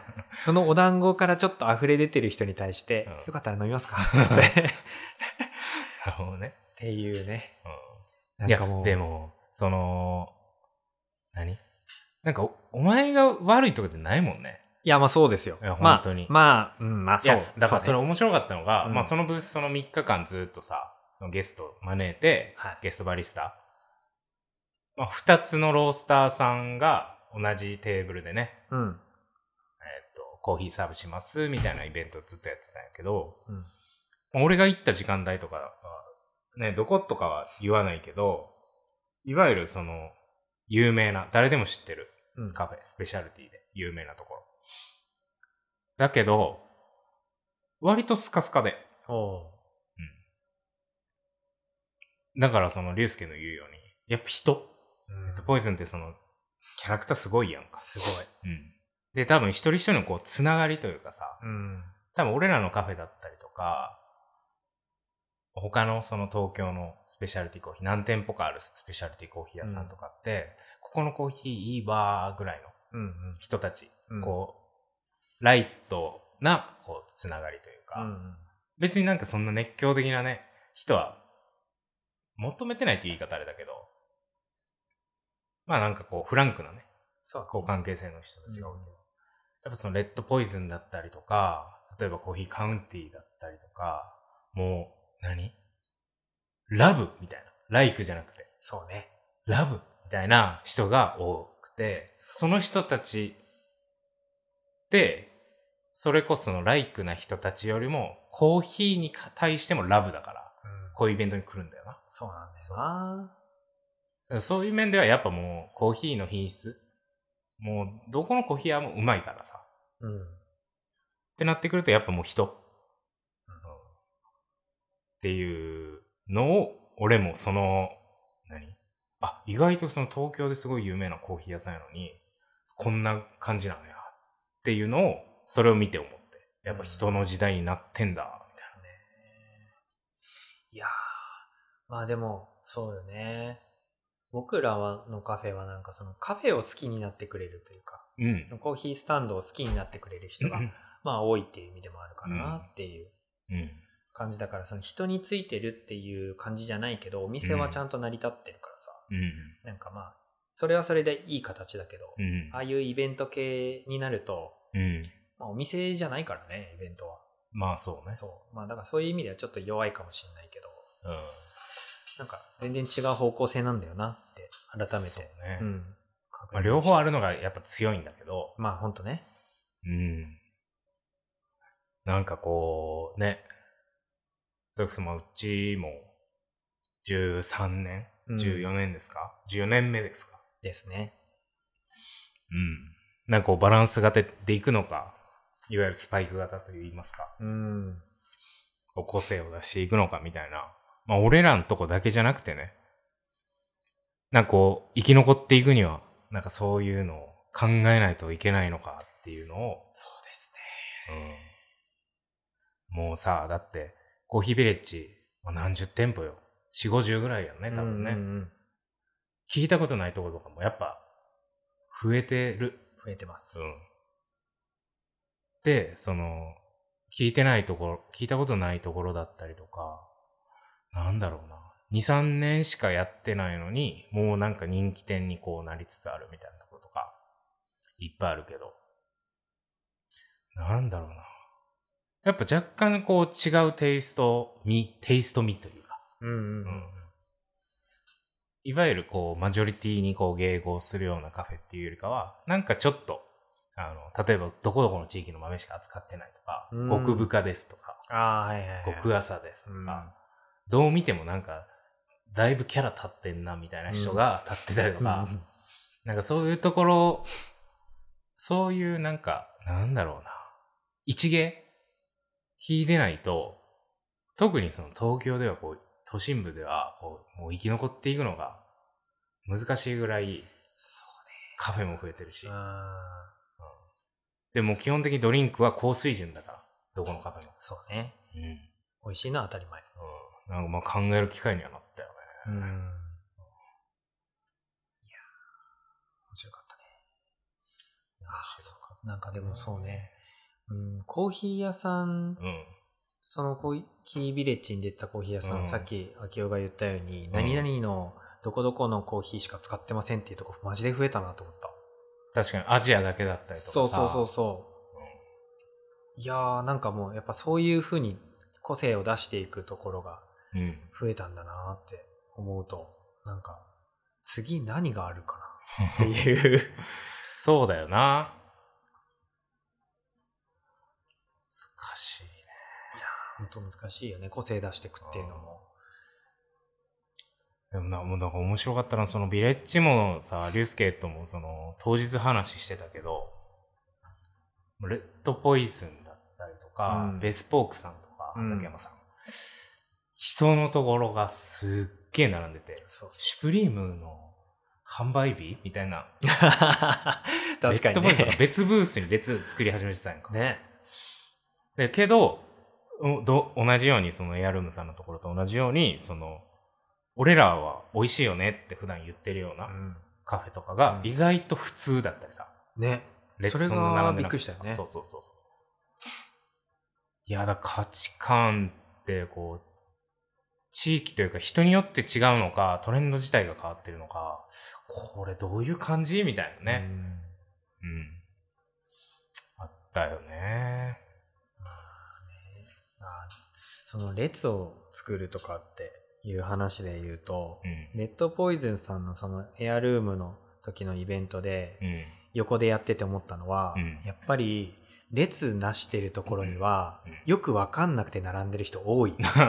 そのお団子からちょっと溢れ出てる人に対して、うん、よかったら飲みますかって。なるほどね。 っていうね。 うん、なんかもう。いや、でも、その、何なんかお、お前が悪いとかじゃないもんね。 いや、まあそうですよ。 いや、本当に。 まあ、まあ、うん、まあそう。いや、 だからそれ面白かったのが、うん、まあそのブースそのみっかかんずっとさ、そのゲスト招いて、はい、ゲストバリスタ。まあ、ふたつのロースターさんが同じテーブルでね、うん、えっと、コーヒーサーブしますみたいなイベントをずっとやってたんやけど、うん、俺が行った時間帯とかは、ね、どことかは言わないけど、いわゆるその、有名な、誰でも知ってるカフェ、うん、スペシャルティで、 有名なところ。だけど、割とスカスカで。 おう。 うん。だからその、リュウスケの言うように、やっぱ人、 うんレッドポイズンってその、キャラクターすごいやんか。 すごい。 うん。で、多分一人一人のこう、つながりというかさ、 うん。 多分俺らのカフェだったりとか、他のその東京のスペシャリティコーヒー、何店舗かあるスペシャリティコーヒー屋さんとかって、うん、ここのコーヒーいいわーぐらいの人たち、うんうん、こう、ライトなこうつながりというか、うん、別になんかそんな熱狂的なね、人は求めてないって言い方あれだけど、まあなんかこうフランクなね、そうこう関係性の人たちが多いけど、うん、やっぱそのレッドポイズンだったりとか、例えばコーヒーカウンティーだったりとか、もう、何ラブみたいな。ライクじゃなくて。 そうね。 ラブみたいな人が多くて、その人たちで、それこそのライクな人たちよりも、コーヒーに対してもラブだから、うん、こういうイベントに来るんだよな。 そうなんだよな。そういう面ではやっぱもうコーヒーの品質、もうどこのコーヒー屋もうまいからさ。うん。ってなってくるとやっぱもう人。っていうのを、俺もその、何あ、意外とその東京ですごい有名なコーヒー屋さんやのに、こんな感じなのや。っていうのを、それを見て思って。やっぱ人の時代になってんだ、みたいなね。 いやー、まあでも、そうよね。僕らのカフェはなんかそのカフェを好きになってくれるというか、うん、コーヒースタンドを好きになってくれる人が、まあ多いっていう意味でもあるかなっていう。うんうん感じだから、その人についてるっていう感じじゃないけど、お店はちゃんと成り立ってるからさ、うん、なんかまあそれはそれでいい形だけど、うん、ああいうイベント系になると、うんまあ、お店じゃないからね、イベントは。 まあそうね。 そうまあだからそういう意味ではちょっと弱いかもしれないけど、うん、なんか全然違う方向性なんだよなって改めて。そうね。うんまあ、両方あるのがやっぱ強いんだけど、 まあほんとね。 うん。なんかこうね。それこそまあうちもじゅうさんねん、うん、じゅうよねんですか ?じゅうよねんめですかですね。 うん。なんかこうバランスが出ていくのか、いわゆるスパイク型と言いますか。うん。こう個性を出していくのかみたいな。まあ俺らのとこだけじゃなくてね。なんかこう生き残っていくには、なんかそういうのを考えないといけないのかっていうのを。 そうですね。うん。もうさ、だって、コーヒービレッジ、何十店舗よ。四五十ぐらいやね、多分ね、うんうんうん。聞いたことないところとかもやっぱ、増えてる。 増えてます。うん。 で、その、聞いてないところ、聞いたことないところだったりとか、なんだろうな。に、さんねんしかやってないのに、もうなんか人気店にこうなりつつあるみたいなところとか、いっぱいあるけど。なんだろうな。やっぱ若干こう違うテイスト味、テイスト味というか。うんうんうんうん、いわゆるこうマジョリティにこう迎合するようなカフェっていうよりかは、なんかちょっと、あの、例えばどこどこの地域の豆しか扱ってないとか、極深ですとか、 あ、はいはいはい、 極浅ですとか、どう見てもなんか、だいぶキャラ立ってんなみたいな人が立ってたりとか、うん、なんかそういうところ、そういうなんか、なんだろうな、一芸引いてないと、特にその東京ではこう、都心部ではこう、もう生き残っていくのが難しいぐらい、そうね、カフェも増えてるし。うん、でも基本的にドリンクは高水準だから、どこのカフェも。 そうね。うん。美味しいのは当たり前。 うん。なんかまあ考える機会にはなったよね。うん。いや、 面白かったね。面白かった。なんかでもそうね。うん、コーヒー屋さん、うん、そのコーヒービレッジに出てたコーヒー屋さん、うん、さっき秋代が言ったように、うん、何々のどこどこのコーヒーしか使ってませんっていうとこマジで増えたなと思った。 確かにアジアだけだったりとかさ。 そうそうそうそう、うん、いやーなんかもうやっぱそういう風に個性を出していくところが増えたんだなって思うと、なんか次何があるかなっていうそうだよな。難しいね。 いやー、ほんと難しいよね。個性出していくっていうのも。 でもな、もうなんか面白かったな。そのビレッジもさ、リュウスケともその当日話してたけど、 レッドポイズンだったりとか、 うん、 ベスポークさんとか、 うん、 竹山さん。人のところがすっげえ並んでて、 そうそうシュプリームの販売日みたいな。 確かにね。レッドポイズンが別ブースに列作り始めてたんやんか。 ね。 で、けど、ど同じように、そのエアルームさんのところと同じように、その、俺らは美味しいよねって普段言ってるようなカフェとかが意外と普通だったりさ。 うん、ね。 列それがびっくりしたよね。 そうそうそうそう。いやだ価値観ってこう地域というか人によって違うのかトレンド自体が変わってるのかこれどういう感じみたいなね。うん。うん、あったよね。 まあね。あその列を作るとかっていう話で言うと、うん、レッドポイズンさんのそのエアルームの時のイベントで、うん横でやってて思ったのは、うん、やっぱり列なしてるところには、うん、よく分かんなくて並んでる人多い、うん、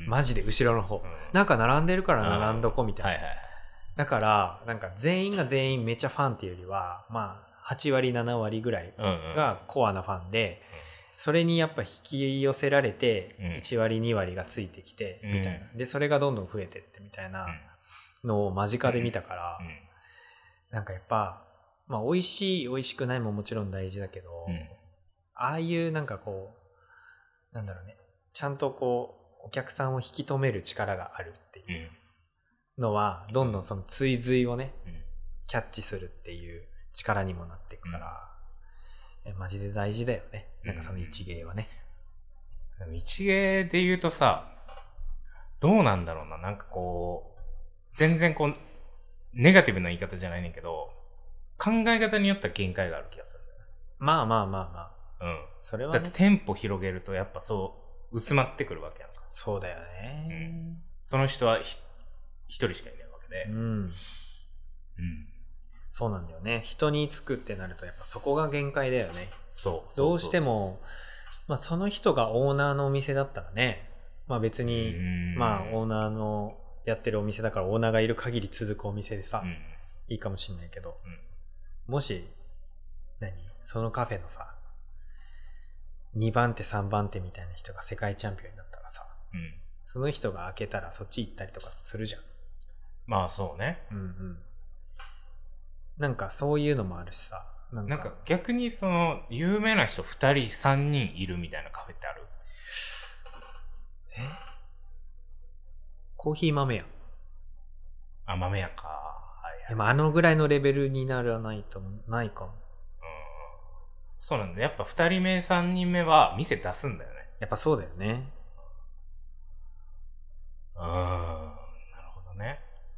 マジで後ろの方、うん、なんか並んでるから並んどこみたいな、はいはい、だからなんか全員が全員めちゃファンっていうよりはまあはちわりななわりぐらいがコアなファンで、うんうん、それにやっぱ引き寄せられていちわりにわりがついてきてみたいな、うん、でそれがどんどん増えてってみたいなのを間近で見たから、うんうん、なんかやっぱまあ美味しい美味しくないももちろん大事だけど、うん、ああいうなんかこうなんだろうねちゃんとこうお客さんを引き止める力があるっていうのは、うん、どんどんその追随をね、うん、キャッチするっていう力にもなっていくから、うん、えマジで大事だよね。なんかその一芸はね、 うん、一芸で言うとさどうなんだろうななんかこう全然こうネガティブな言い方じゃないねんけど考え方によっては限界がある気がするんだよね。 まあまあまあまあ。 うん。 それはね。 だって店舗広げるとやっぱそう薄まってくるわけやんか。 そうだよね。うん。 その人はひ一人しかいないわけで。うん。うん。 そうなんだよね。人につくってなるとやっぱそこが限界だよね。 そう。 どうしても、まあその人がオーナーのお店だったらね、まあ別に、まあオーナーのやってるお店だからオーナーがいる限り続くお店でさ、うん、いいかもしんないけど、うんもし、何そのカフェのさ、にばん手さんばん手みたいな人が世界チャンピオンになったらさ、うん、その人が開けたらそっち行ったりとかするじゃん。 まあそうね。 うんうん。なんかそういうのもあるしさ。 なんか、なんか逆にその有名な人ふたりさんにんいるみたいなカフェってある？ え？コーヒー豆屋。 あ、豆屋か。 でもあのぐらいのレベルにならないとないかも。うん。 そうなんだ。やっぱふたりめ、さんにんめは店出すんだよね。 やっぱそうだよね。 うん。なるほどね。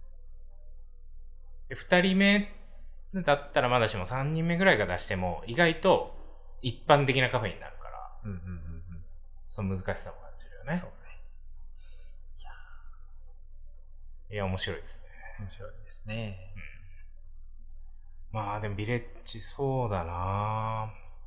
で、ふたりめだったらまだしもさんにんめぐらいが出しても意外と一般的なカフェになるから。うんうんうんうん。その難しさも感じるよね。 そうね。 いや、いや面白いですね。 面白いですね。 うん、まあでもビレッジそうだな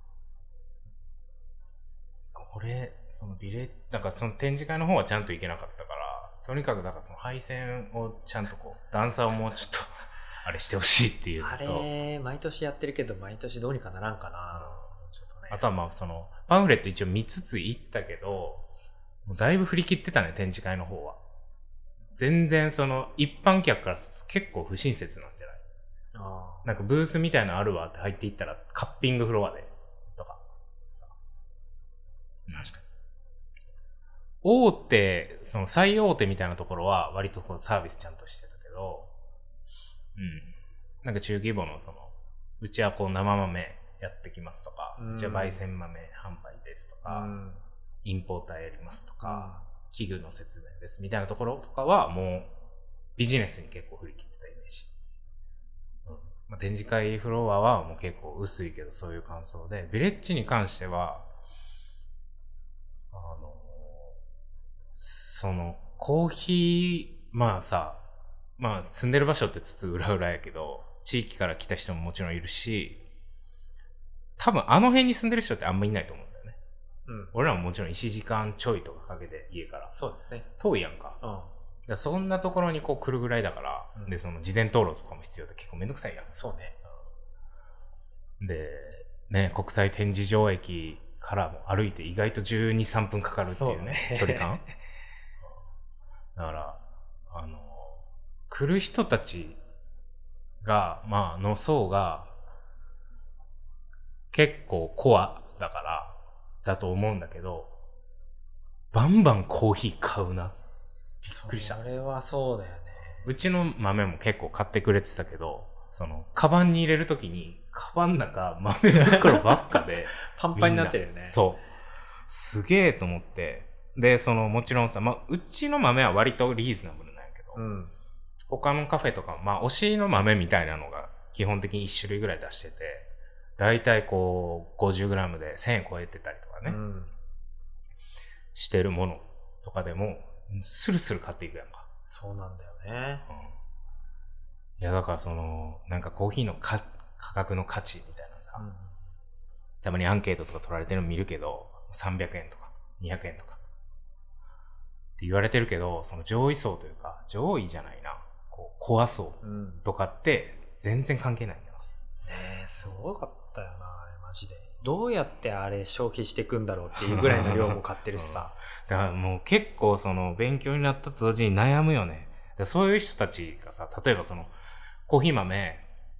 これそのビレなんかその展示会の方はちゃんと行けなかったからとにかくだからその配線をちゃんとこう段差をもうちょっとあれしてほしいっていうのとあれ毎年やってるけど毎年どうにかならんかな、 うん、ちょっとねあとはまあそのパンフレット一応見つつ行ったけどもうだいぶ振り切ってたね展示会の方は全然その一般客から結構不親切なんじゃない？あなんかブースみたいなのあるわって入っていったらカッピングフロアでとかさ確かに大手その最大手みたいなところは割とこうサービスちゃんとしてたけどうんなんか中規模のそのうちはこう生豆やってきますとか、うん、うちは焙煎豆販売ですとか、うん、インポーターやりますとか、うん器具の説明ですみたいなところとかはもうビジネスに結構振り切ってたイメージ、うんまあ、展示会フロアはもう結構薄いけどそういう感想でビレッジに関してはあのそのコーヒーまあさまあ住んでる場所ってつつ裏裏やけど地域から来た人ももちろんいるし多分あの辺に住んでる人ってあんまいないと思ううん、俺らももちろんいちじかんちょいとかかけて家からそうですね遠いやんか、うん、だからそんなところにこう来るぐらいだから、うん、でその事前登録とかも必要で結構めんどくさいやんそうね、 うん、でね、国際展示場駅からも歩いて意外とじゅうに、さんぷんかかるっていうね、 そうね距離感。だから、あの、来る人たちが、まあ、の層が、結構コアだから、だと思うんだけど、バンバンコーヒー買うな。びっくりした。 それはそうだよね。 うちの豆も結構買ってくれてたけど、その、カバンに入れるときに、カバンの中豆袋ばっかで、 パンパンになってるよね。 そう。すげえと思って。で、その、もちろんさ、まあ、うちの豆は割とリーズナブルなんやけど、 うん、 他のカフェとか、まあ、推しの豆みたいなのが基本的にいち種類ぐらい出してて、だいたいこう、ごじゅうグラムでせんえん超えてたりとかね、うん、してるものとかでも、スルスル買っていくやんか。 そうなんだよね。 うん、いや、だからその、なんかコーヒーのか価格の価値みたいなさ、うん、たまにアンケートとか取られてるの見るけど、さんびゃくえんとかにひゃくえんとかって言われてるけど、その上位層というか、上位じゃないな、こう、コア層とかって全然関係ないんだよ。 うん、ねえ、すごかったよな、あれマジで。どうやってあれ消費していくんだろうっていうぐらいの量も買ってるしさ。 うん、だからもう結構その勉強になったと同時に悩むよね。そういう人たちがさ、例えばその、コーヒー豆、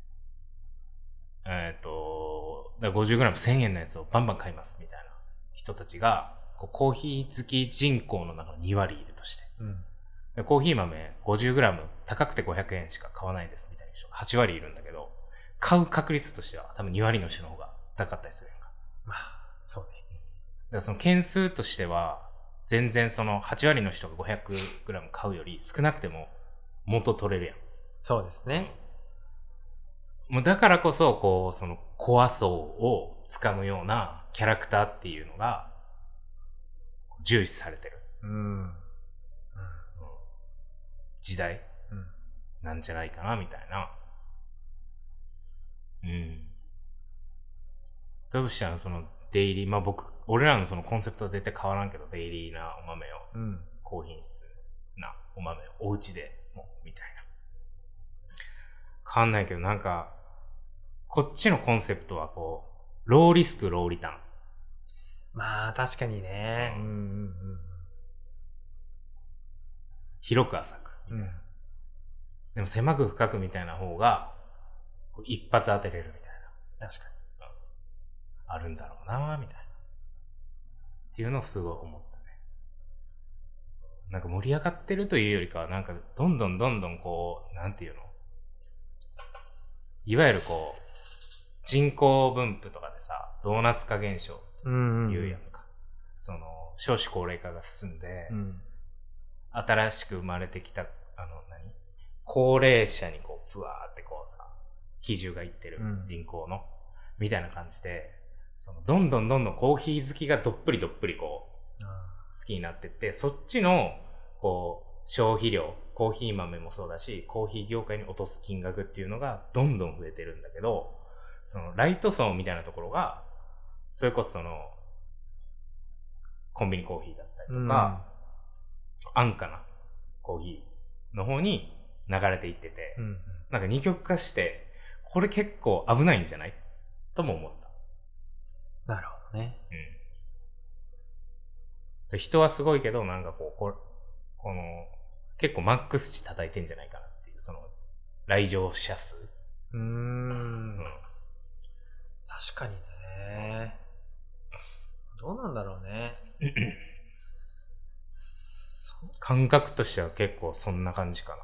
えっと、ごじゅうグラムせんえんのやつをバンバン買いますみたいな人たちが、コーヒー好き人口の中のにわりいるとして、うん、でコーヒー豆 ごじゅうグラム 高くてごひゃくえんしか買わないですみたいな人がはちわりいるんだけど、買う確率としては多分にわりの人の方が高かったりするやんか。 まあ、そうね。 だからその件数としては、全然そのはちわりの人が ごひゃくグラム 買うより少なくても元取れるやん。 そうですね。 うん、もうだからこそ、こう、そのコア層をつかむようなキャラクターっていうのが重視されてる。うんうん、時代、うん、なんじゃないかな、みたいな。うん。だとしたら、そのデイリー、まあ僕、俺らのそのコンセプトは絶対変わらんけど、デイリーなお豆を、うん、高品質なお豆をお家でも、みたいな。変わんないけど、なんか、こっちのコンセプトはこう、ローリスク、ローリターン。 まあ、確かにね。うんうんうん、 広く浅く、うん。でも狭く深くみたいな方が、こう一発当てれるみたいな。 確かに。 うん、あるんだろうなみたいな。っていうのをすごい思ったね。なんか盛り上がってるというよりかは、なんかどんどんどんどんこう、なんていうの、いわゆるこう、人口分布とかでさ、ドーナツ化現象って言うやんか。うんうん、その、少子高齢化が進んで、うん、新しく生まれてきた、あの、何高齢者にこう、ふわーってこうさ、比重がいってる人口の、うん、みたいな感じで、その、どんどんどんどんコーヒー好きがどっぷりどっぷりこう、好きになってって、そっちの、こう、消費量、コーヒー豆もそうだし、コーヒー業界に落とす金額っていうのがどんどん増えてるんだけど、そのライト層みたいなところが、それこそその、コンビニコーヒーだったりとか、うん、安価なコーヒーの方に流れていってて、うん、なんか二極化して、これ結構危ないんじゃないとも思った。 なるほどね。 うん。人はすごいけど、なんかこう、こ, この、結構マックス値叩いてんじゃないかなっていう、その、来場者数。うーん。うん、 確かにね。どうなんだろうね。 感覚としては結構そんな感じかな。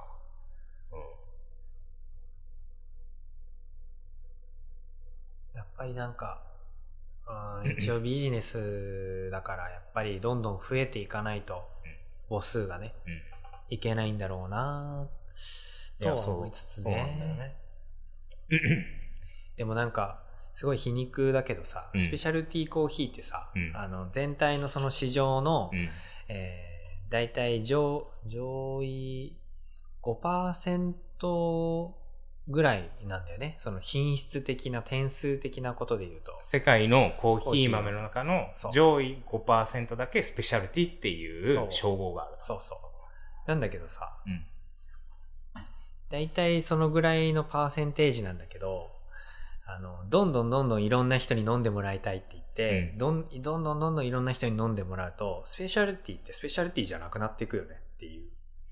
うん、やっぱりなんか、うん、一応ビジネスだからやっぱりどんどん増えていかないと、母数がね、うん、いけないんだろうなとは思いつつね。でもなんかすごい皮肉だけどさ、うん、スペシャルティーコーヒーってさ、うん、あの全体のその市場の、うん、えー、だいたい 上, 上位 ごパーセント ぐらいなんだよね。その品質的な点数的なことで言うと、 世界のコーヒー豆の中の上位 ごパーセント だけスペシャルティっていう称号がある。 そうそうそう。なんだけどさ、だいたいそのぐらいのパーセンテージなんだけど、 あの、どんどんどんどんいろんな人に飲んでもらいたいって言って、 うん、 どんどんどんどんどんいろんな人に飲んでもらうと、スペシャルティってスペシャルティじゃなくなっていくよねっていう。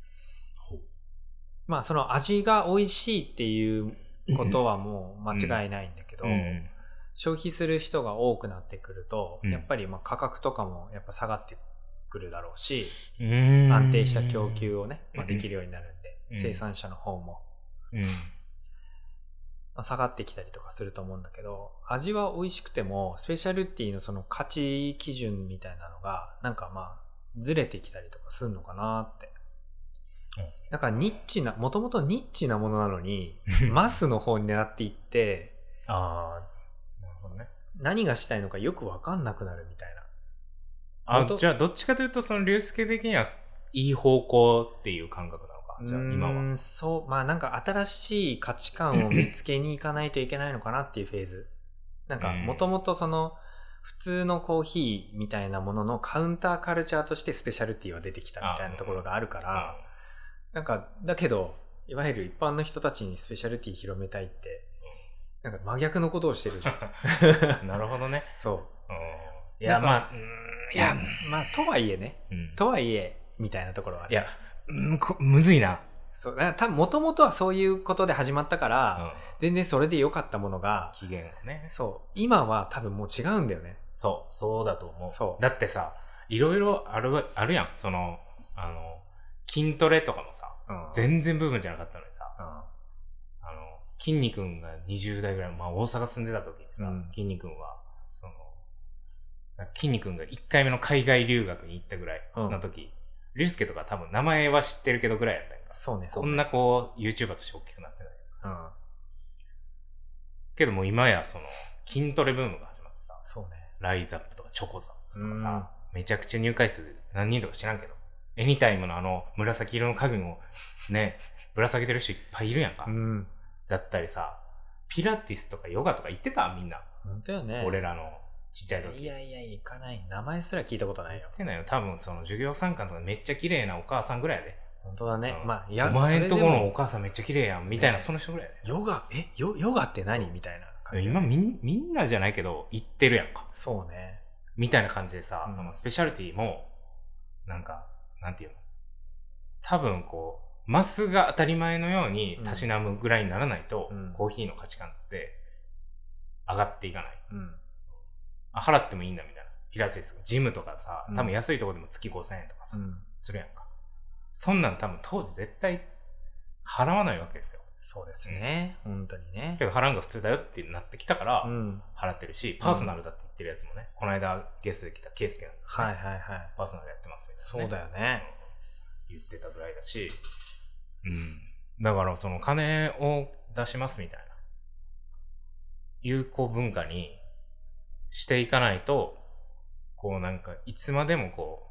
まあその味が美味しいっていうことはもう間違いないんだけど、 うんうん、 消費する人が多くなってくると、 うん、 やっぱりまあ価格とかもやっぱ下がってくるだろうし、 うーん、 安定した供給をね、まあ、できるようになるんで、 うん、 生産者の方も、 うん、 まあ、下がってきたりとかすると思うんだけど、味は美味しくてもスペシャルティのその価値基準みたいなのがなんかまあずれてきたりとかするのかなって。だからニッチな、もともとニッチなものなのにマスの方に狙っていってああ、なるほどね。 何がしたいのかよく分かんなくなるみたいな。 あ、じゃあどっちかというとその龍介的にはいい方向っていう感覚なのか。じゃあ今は。 うーん、そう、まあなんか新しい価値観を見つけに行かないといけないのかなっていうフェーズ。なんかもともとその普通のコーヒーみたいなもののカウンターカルチャーとしてスペシャルティは出てきたみたいなところがあるから、なんかだけどいわゆる一般の人たちにスペシャルティ広めたいってなんか真逆のことをしてるじゃん。 なるほどね。 そう。 いやまあ、 いやまあとはいえね、 うん、 とはいえみたいなところはある。 いや、うん、こむずいな。 そう、多分もともとはそういうことで始まったから、うん、全然それで良かったものが期限がね。 そう、今は多分もう違うんだよね。 そう、そうだと思う。 そう。 だってさ、いろいろあるあるやん。そのあの筋トレとかもさ、うん、全然ブームじゃなかったのにさ、うん、あの筋肉んがにじゅう代ぐらい、まあ大阪住んでた時にさ、うん、筋肉んはその筋肉んがいっかいめの海外留学に行ったぐらいの時、龍介、うん、とか多分名前は知ってるけどぐらいやったんか。 そうね。そうね。 こんなこう YouTuber として大きくなってない。うん。けどもう今やその筋トレブームが始まってさ、 そうね。 ライザップとかチョコザップとかさ、うん、めちゃくちゃ入会数何人とか知らんけど、エニタイムのあの紫色の家具をね、ぶら下げてる人いっぱいいるやんか。うん、だったりさ、ピラティスとかヨガとか行ってたみんな。 本当よね。 俺らのちっちゃい時。 いやいや、行かない。名前すら聞いたことないよ。 行ってないよ。多分その授業参観とかめっちゃ綺麗なお母さんぐらいやで。 本当だね。うん、まあ、 やお前んとこのお母さんめっちゃ綺麗やんみたいな、ね、その人ぐらいやで。 ヨガ、え、ヨヨガって何みたいな感じ。 今みんみんなじゃないけど行ってるやんか。 そうね。 みたいな感じでさ、 うん、 そのスペシャリティもなんかなんていうの。多分こうマスが当たり前のようにたしなむぐらいにならないと、うん、コーヒーの価値観って上がっていかない、うん、あ払ってもいいんだみたいな。ピラティスジムとかさ、多分安いところでも月ごせんえんとかさ、うん、するやんか。そんなん多分当時絶対払わないわけですよ。 そうですね、うん、本当にね。 けど払うのが普通だよってなってきたから、うん、払ってるし、パーソナルだって言ってるやつもね、うん、この間ゲストで来たケイスケなんで、ね、 はいはいはい、 パーソナルやってますよね。 そうだよね、 うん、言ってたぐらいだし、うん、だからその金を出しますみたいな有効文化にしていかないと、こうなんかいつまでもこ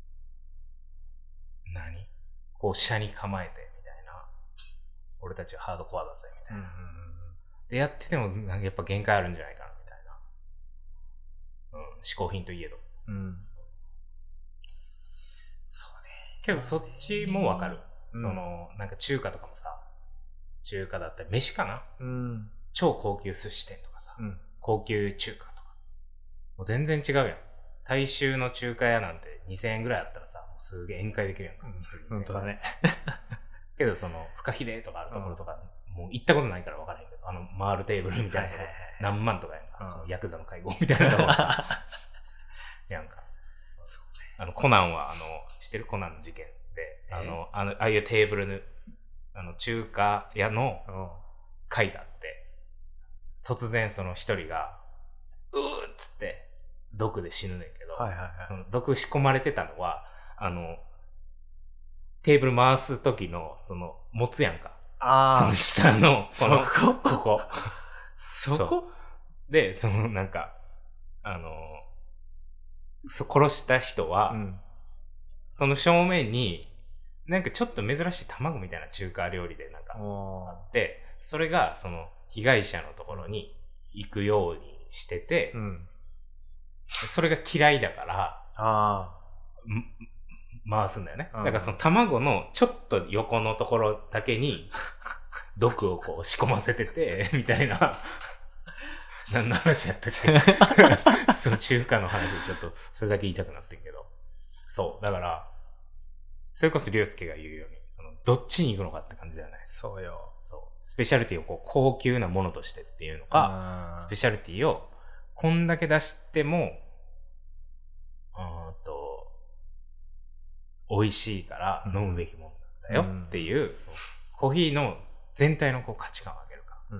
う何こう車に構えてみたいな、俺たちはハードコアだぜみたいな、うんうんうん、でやっててもなんかやっぱ限界あるんじゃないかなみたいな、うん、嗜好品といえど、うん、 そうね。 けどそっちもわかる、うん、そのなんか中華とかもさ、中華だったり飯かな、うん、超高級寿司店とかさ、うん、高級中華とかもう全然違うやん。大衆の中華屋なんてにせんえんぐらいあったらさ、すげえ宴会できるやんか。 うん、本当だね。 けどそのフカヒレとかあるところとか、うん、もう行ったことないから分からへんけど、あの回るテーブルみたいなところ、はいはいはい、何万とかやんか、うん、そのヤクザの会合みたいなところさやんか。そうね。あのコナンはあの知ってるコナンの事件で、あのあのああいうテーブルのあの中華屋の会があって、突然その一人がうーっつって毒で死ぬねんけど、はいはいはい、その毒仕込まれてたのはあのテーブル回す時のその持つやんか、あその下のこのそこここそこで、そのなんかあのそ殺した人は、うん、その正面になんかちょっと珍しい卵みたいな中華料理でなんかあって、それがその被害者のところに行くようにしてて、うん、それが嫌いだからあ回すんだよね。だからその卵のちょっと横のところだけに毒をこう仕込ませててみたいな何の話やったっけその中華の話でちょっとそれだけ言いたくなってんけど。そう。だから、それこそ竜介が言うように、その、どっちに行くのかって感じじゃない。 そうよ。 そう。スペシャリティをこう高級なものとしてっていうのか、スペシャリティをこんだけ出しても、うーんと、美味しいから飲むべきものなんだよっていう、うん、コーヒーの全体のこう価値観を上げるか。うん。うん、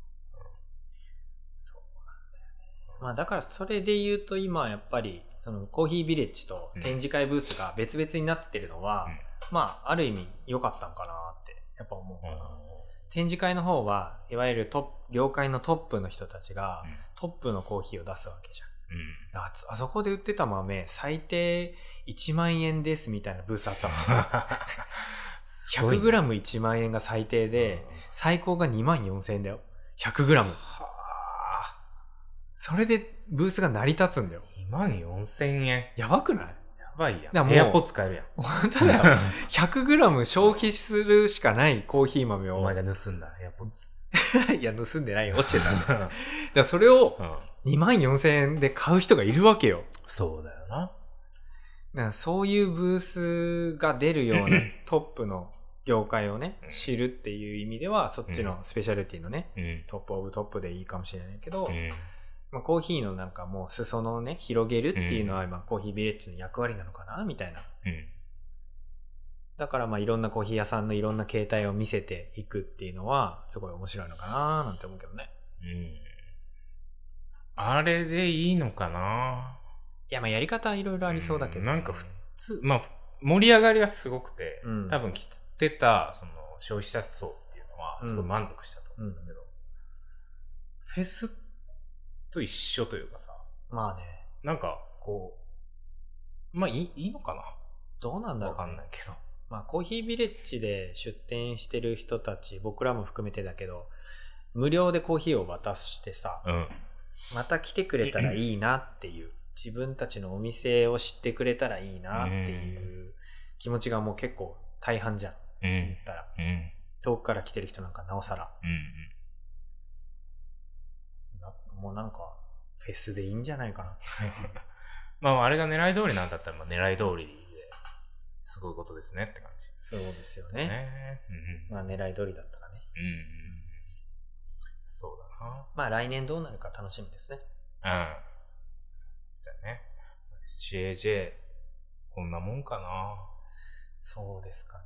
そうなんだよね。まあだからそれで言うと今やっぱり、そのコーヒービレッジと展示会ブースが別々になってるのは、うん、まあある意味良かったんかなってやっぱ思うかな。うん、展示会の方はいわゆるトップ業界のトップの人たちが、うん、トップのコーヒーを出すわけじゃん。うん、あ, あそこで売ってた豆最低いちまんえんですみたいなブースあったもんひゃくグラムいちまんえんが最低で、うん、最高がにまんよんせんえんだよ ひゃくグラム。 はあ。それでブースが成り立つんだよ。 にまんよんせんえんやばくない？ やばいやん。エアポッツ買えるやん。 本当だよひゃくグラム消費するしかないコーヒー豆をお前が盗んだエアポッツいや盗んでないよ、落ちてたんだだからそれをにまんよんせんえんで買う人がいるわけよ。 そうだよな。 だからそういうブースが出るようなトップの業界をね知るっていう意味ではそっちのスペシャリティのね、うん、トップオブトップでいいかもしれないけど、うんまあ、コーヒーのなんかもう裾のね広げるっていうのは今コーヒービレッジの役割なのかなみたいな、うん、だからまあいろんなコーヒー屋さんのいろんな形態を見せていくっていうのはすごい面白いのかななんて思うけどね。うん。 あれでいいのかな。 いやまあやり方はいろいろありそうだけど、ねうん、なんか普通まあ盛り上がりはすごくて、うん、多分来てたその消費者層っていうのはすごい満足したと思うんだけど、うん、フェスと一緒というかさ、 まあね、 なんかこうまあいい、いいのかな。 どうなんだろう、ね、 わかんないけど。 まあコーヒービレッジで出店してる人たち、僕らも含めてだけど、無料でコーヒーを渡してさ、うん、また来てくれたらいいなっていう、自分たちのお店を知ってくれたらいいなっていう気持ちがもう結構大半じゃん。うん、言ったら、うん、遠くから来てる人なんかなおさら、うんうん、もうなんかフェスでいいんじゃないかな。 まああれが狙い通りなんだったらまあ狙い通りですごいことですねって感じ。 そうですよね。ねうん、まあ狙い通りだったらね。うん、 そうだな。 まあ来年どうなるか楽しみですね。うん。 そうやね。エスシーエージェー こんなもんかな。 そうですかね。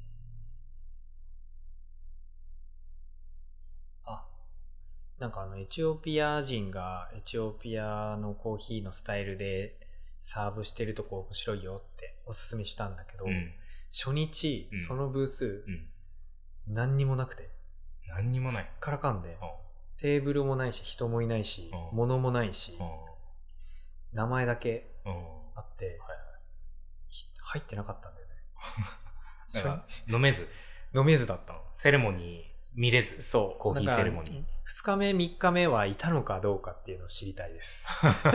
あ、なんかあのエチオピア人がエチオピアのコーヒーのスタイルでサーブしてるとこ面白いよっておすすめしたんだけど、うん、初日、うん、そのブース、うん、何にもなくて、 何にもない。 すっからかんで、テーブルもないし人もいないし、物もないし、名前だけあって、はいはい、入ってなかったんだよね。 だから飲めず飲めずだったの。 セレモニー見れず。 そう、 コーヒーセレモニー。 ふつかめみっかめはいたのかどうかっていうのを知りたいです。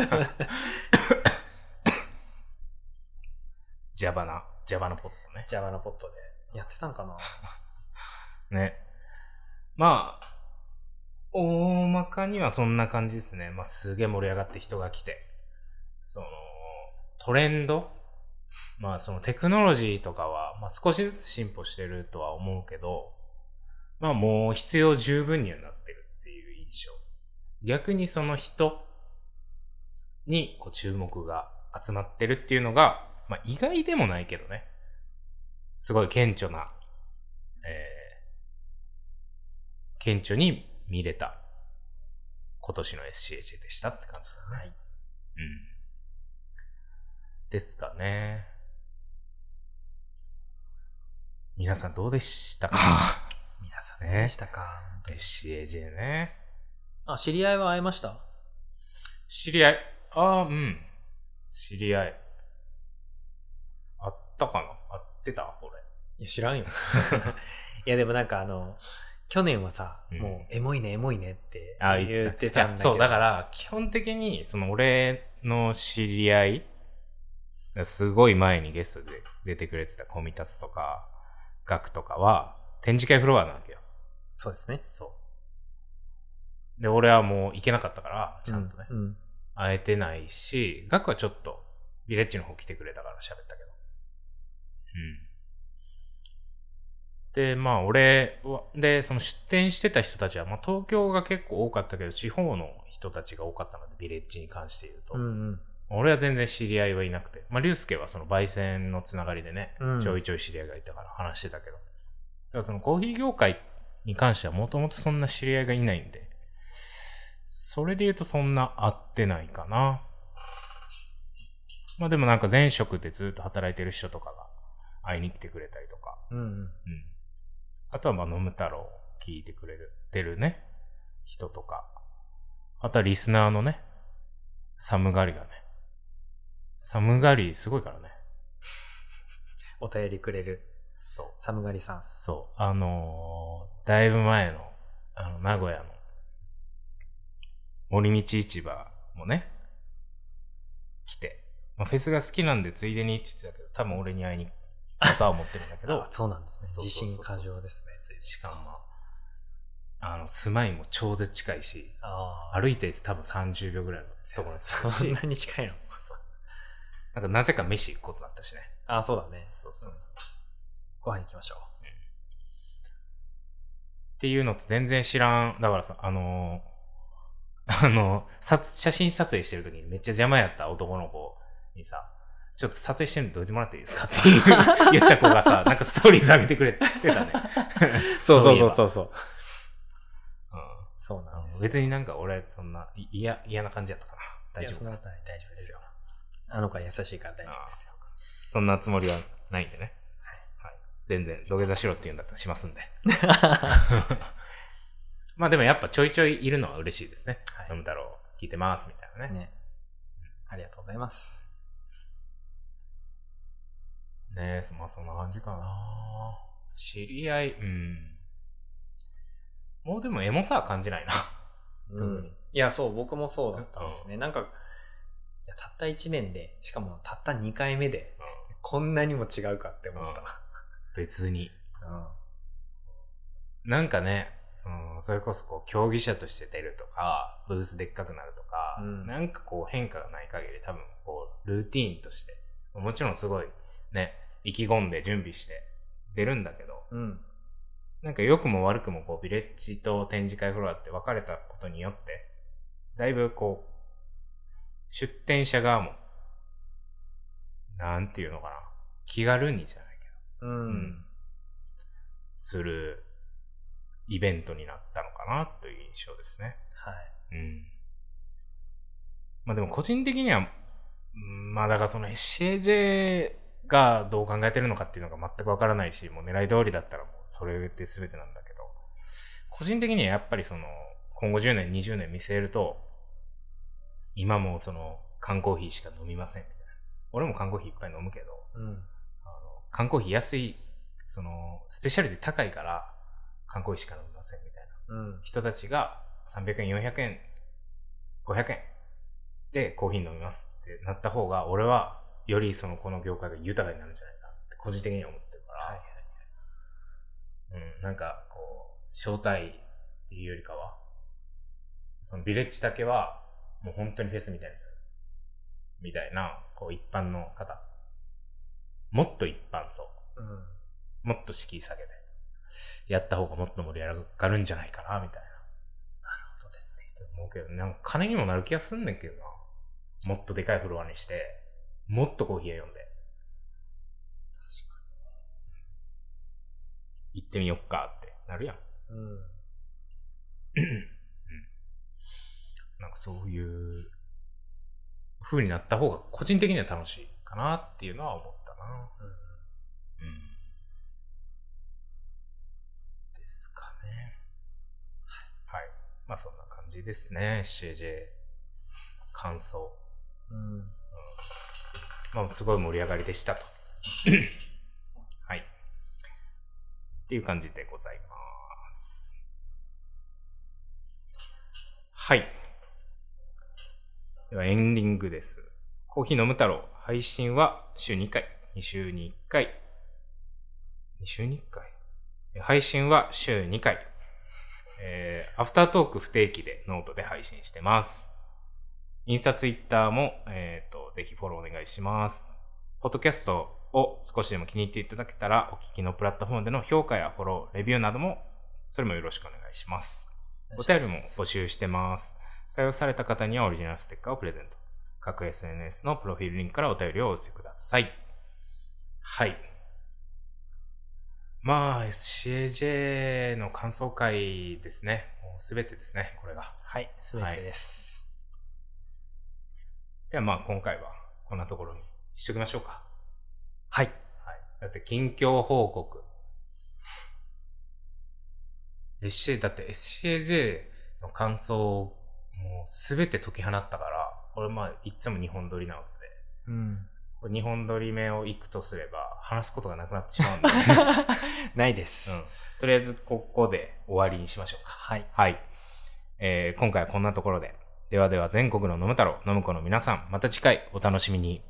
ジャバナ、ジャバナポットね。 ジャバナポットでやってたんかな。 ね。まあ、大まかにはそんな感じですね。まあ、すげえ盛り上がって人が来て。その、トレンドまあ、そのテクノロジーとかは、まあ少しずつ進歩してるとは思うけど、まあもう必要十分にはなってるっていう印象。逆にその人にこう注目が集まってるっていうのが、まあ意外でもないけどね。すごい顕著な、えー、顕著に見れた今年の エスシーエージェー でしたって感じだね。はい。うん。ですかね。皆さんどうでしたか？ 皆さんどうでしたか？ ね、エスシーエージェー ね。 あ、知り合いは会えました？ 知り合い。ああ、うん。知り合い。あったかな？会ってた？俺。 いや、知らんよ。いや、でもなんかあの、去年はさ、うん、もう、エモいね、エモいねって言ってたんだけど。 そう、だから、基本的に、その俺の知り合い、すごい前にゲストで出てくれてたコミタスとか、ガクとかは、展示会フロアなわけよ。 そうですね。 そう。 で、俺はもう行けなかったから、ちゃんとね、 うんうん、 会えてないし、ガクはちょっとビレッジの方来てくれたから喋ったけど。うん。で、まあ俺は、で、その出店してた人たちは、まあ東京が結構多かったけど、地方の人たちが多かったので、ビレッジに関して言うと。 うんうん、 俺は全然知り合いはいなくて。まあ、竜介はその焙煎のつながりでね、 うん、 ちょいちょい知り合いがいたから話してたけど。だからそのコーヒー業界に関してはもともとそんな知り合いがいないんで、それで言うとそんな合ってないかな。まあでもなんか前職でずっと働いてる人とかが会いに来てくれたりとか。 うんうん。うん、 あとはまあ飲む太郎を聞いてくれてるね、人とか。あとはリスナーのね、サムガリがね。サムガリすごいからね。 お便りくれる。 そう。 サムガリさん。 そう。あのー、だいぶ前の、あの、名古屋の森道市場もね、来て。まあ、フェスが好きなんでついでにって言ってたけど、多分俺に会いに行くとは思ってるんだけど。 あ、そうなんですね。自信過剰ですね。 しかもまあ、あの、住まいも超絶近いし、 あ歩いて多分さんじゅうびょうぐらいのところに住むし。 そんなに近いの？ そう。なんかなぜか飯行くことだったしね。 あ、そうだね。 そうそうそう。 ご飯行きましょう。 うん、っていうのと全然知らん。だからさ、あのー、あのー、写真撮影してる時にめっちゃ邪魔やった男の子にさ、ちょっと撮影してるんでどいてもらっていいですかっていう言った子がさ、なんかストーリーズ上げてくれてたね。 そうそうそうそうそう。 うん、 そうなんです。 別になんか俺そんな嫌嫌な感じやったかな。大丈夫。 いや、そんなことない。大丈夫ですよ。あの子は優しいから大丈夫ですよ。 そんなつもりはないんでね。はい。はい、全然土下座しろって言うんだったらしますんで。まあでもやっぱちょいちょいいるのは嬉しいですね。はい、飲む太郎聞いてますみたいなね。ね。 ありがとうございます。 ねえ、まあそんな感じかな。知り合い、うん。もうでもエモさは感じないな。 うん。いや、そう、僕もそうだったんだよね。うん、なんか、いやたったいちねんで、しかもたったにかいめで、うん、こんなにも違うかって思った。うん、 別に。うん、なんかね、その、それこそこう、競技者として出るとか、ブースでっかくなるとか、うん、なんかこう変化がない限り多分こう、ルーティーンとして、もちろんすごいね、意気込んで準備して出るんだけど、うん、なんか良くも悪くもこうビレッジと展示会フロアって分かれたことによって、だいぶこう、出展者側も、なんていうのかな、気軽にじゃないけど、うんうん、するイベントになったのかなという印象ですね。はい。うん。まあでも個人的には、まあだからその エスシーエージェー がどう考えてるのかっていうのが全くわからないし、もう狙い通りだったらもうそれで全てなんだけど、個人的にはやっぱりその今後じゅうねん、にじゅうねん見据えると、今もその缶コーヒーしか飲みませんみたいな。俺も缶コーヒーいっぱい飲むけど、うん、あの缶コーヒー安い、そのスペシャリティ高いから缶コーヒーしか飲みませんみたいな、うん、人たちがさんびゃくえん、よんひゃくえん、ごひゃくえんでコーヒー飲みますってなった方が、俺はよりそのこの業界が豊かになるんじゃないかって個人的には思ってるから、はいはいはい、うん、なんかこう招待っていうよりかは、そのビレッジだけはもう本当にフェスみたいにするみたいな、こう一般の方、もっと一般層、うん、もっと敷居下げてやった方がもっと盛り上がるんじゃないかなみたいな。なるほどですね。って思うけど、なんか金にもなる気がすんねんけどな。もっとでかいフロアにして、もっとコーヒー屋呼んで。確かに。行ってみよっかってなるやん。うん。うん。なんかそういう風になった方が個人的には楽しいかなっていうのは思ったな。うん。うん、ですかね。はい。はい。まあそんな感じですね。エスシーエージェー 感想。うん。うん、まあすごい盛り上がりでしたと。はい。っていう感じでございます。はい。ではエンディングです。コーヒー飲む太郎、配信は週にかい、に週にいっかい、に週にいっかい、配信は週にかい、 えー、アフタートーク不定期でノートで配信してます。インスタ、ツイッターも、えーと、ぜひフォローお願いします。ポッドキャストを少しでも気に入っていただけたら、お聞きのプラットフォームでの評価やフォロー、レビューなども、それもよろしくお願いします。お便りも募集してます。採用された方にはオリジナルステッカーをプレゼント。各 エスエヌエス のプロフィールリンクからお便りをお寄せください。はい。まあ、エスシーエージェー の感想会ですね。もうすべてですね、これが。 はい、すべてです。 はい、ではまあ、今回はこんなところにしときましょうか。 はい。 はい。だって近況報告。エスシーエー、だって エスシーエージェー の感想をもうすべて解き放ったから、これまあいつもにほん撮りなわけで、 うん、 これにほん撮り目をいくとすれば話すことがなくなってしまうんでないです、 うん、とりあえずここで終わりにしましょうか。 はい、 はい、えー、今回はこんなところで、ではでは全国の飲む太郎飲む子の皆さん、また次回お楽しみに。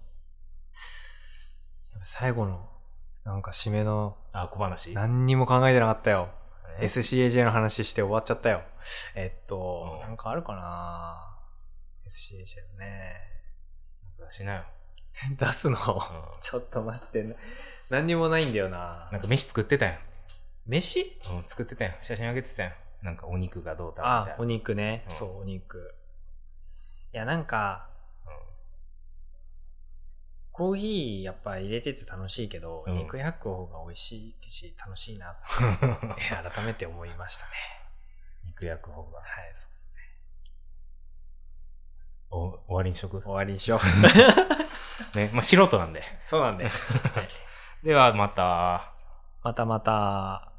最後のなんか締めのあ小話何にも考えてなかったよ。エスシーエージェー の話して終わっちゃったよ。えっと、なんかあるかな エスシーエージェー ね。 出しなよ。 出すの、うん、ちょっと待って。何にもないんだよな。 なんか飯作ってたやん。 飯？ うん、作ってたやん。写真あげてたやん。なんかお肉がどうだみたいな。 あ、お肉ね、うん。そう、お肉。いや、なんか、うん、コーヒーやっぱ入れてて楽しいけど、うん、肉焼く方が美味しいし楽しいなって改めて思いましたね。 肉焼く方が。 はい、そうですね。 お終わりにしとく？ 終わりにしよう。ね、まあ素人なんで。 そうなんで。 ではまた。 またまた。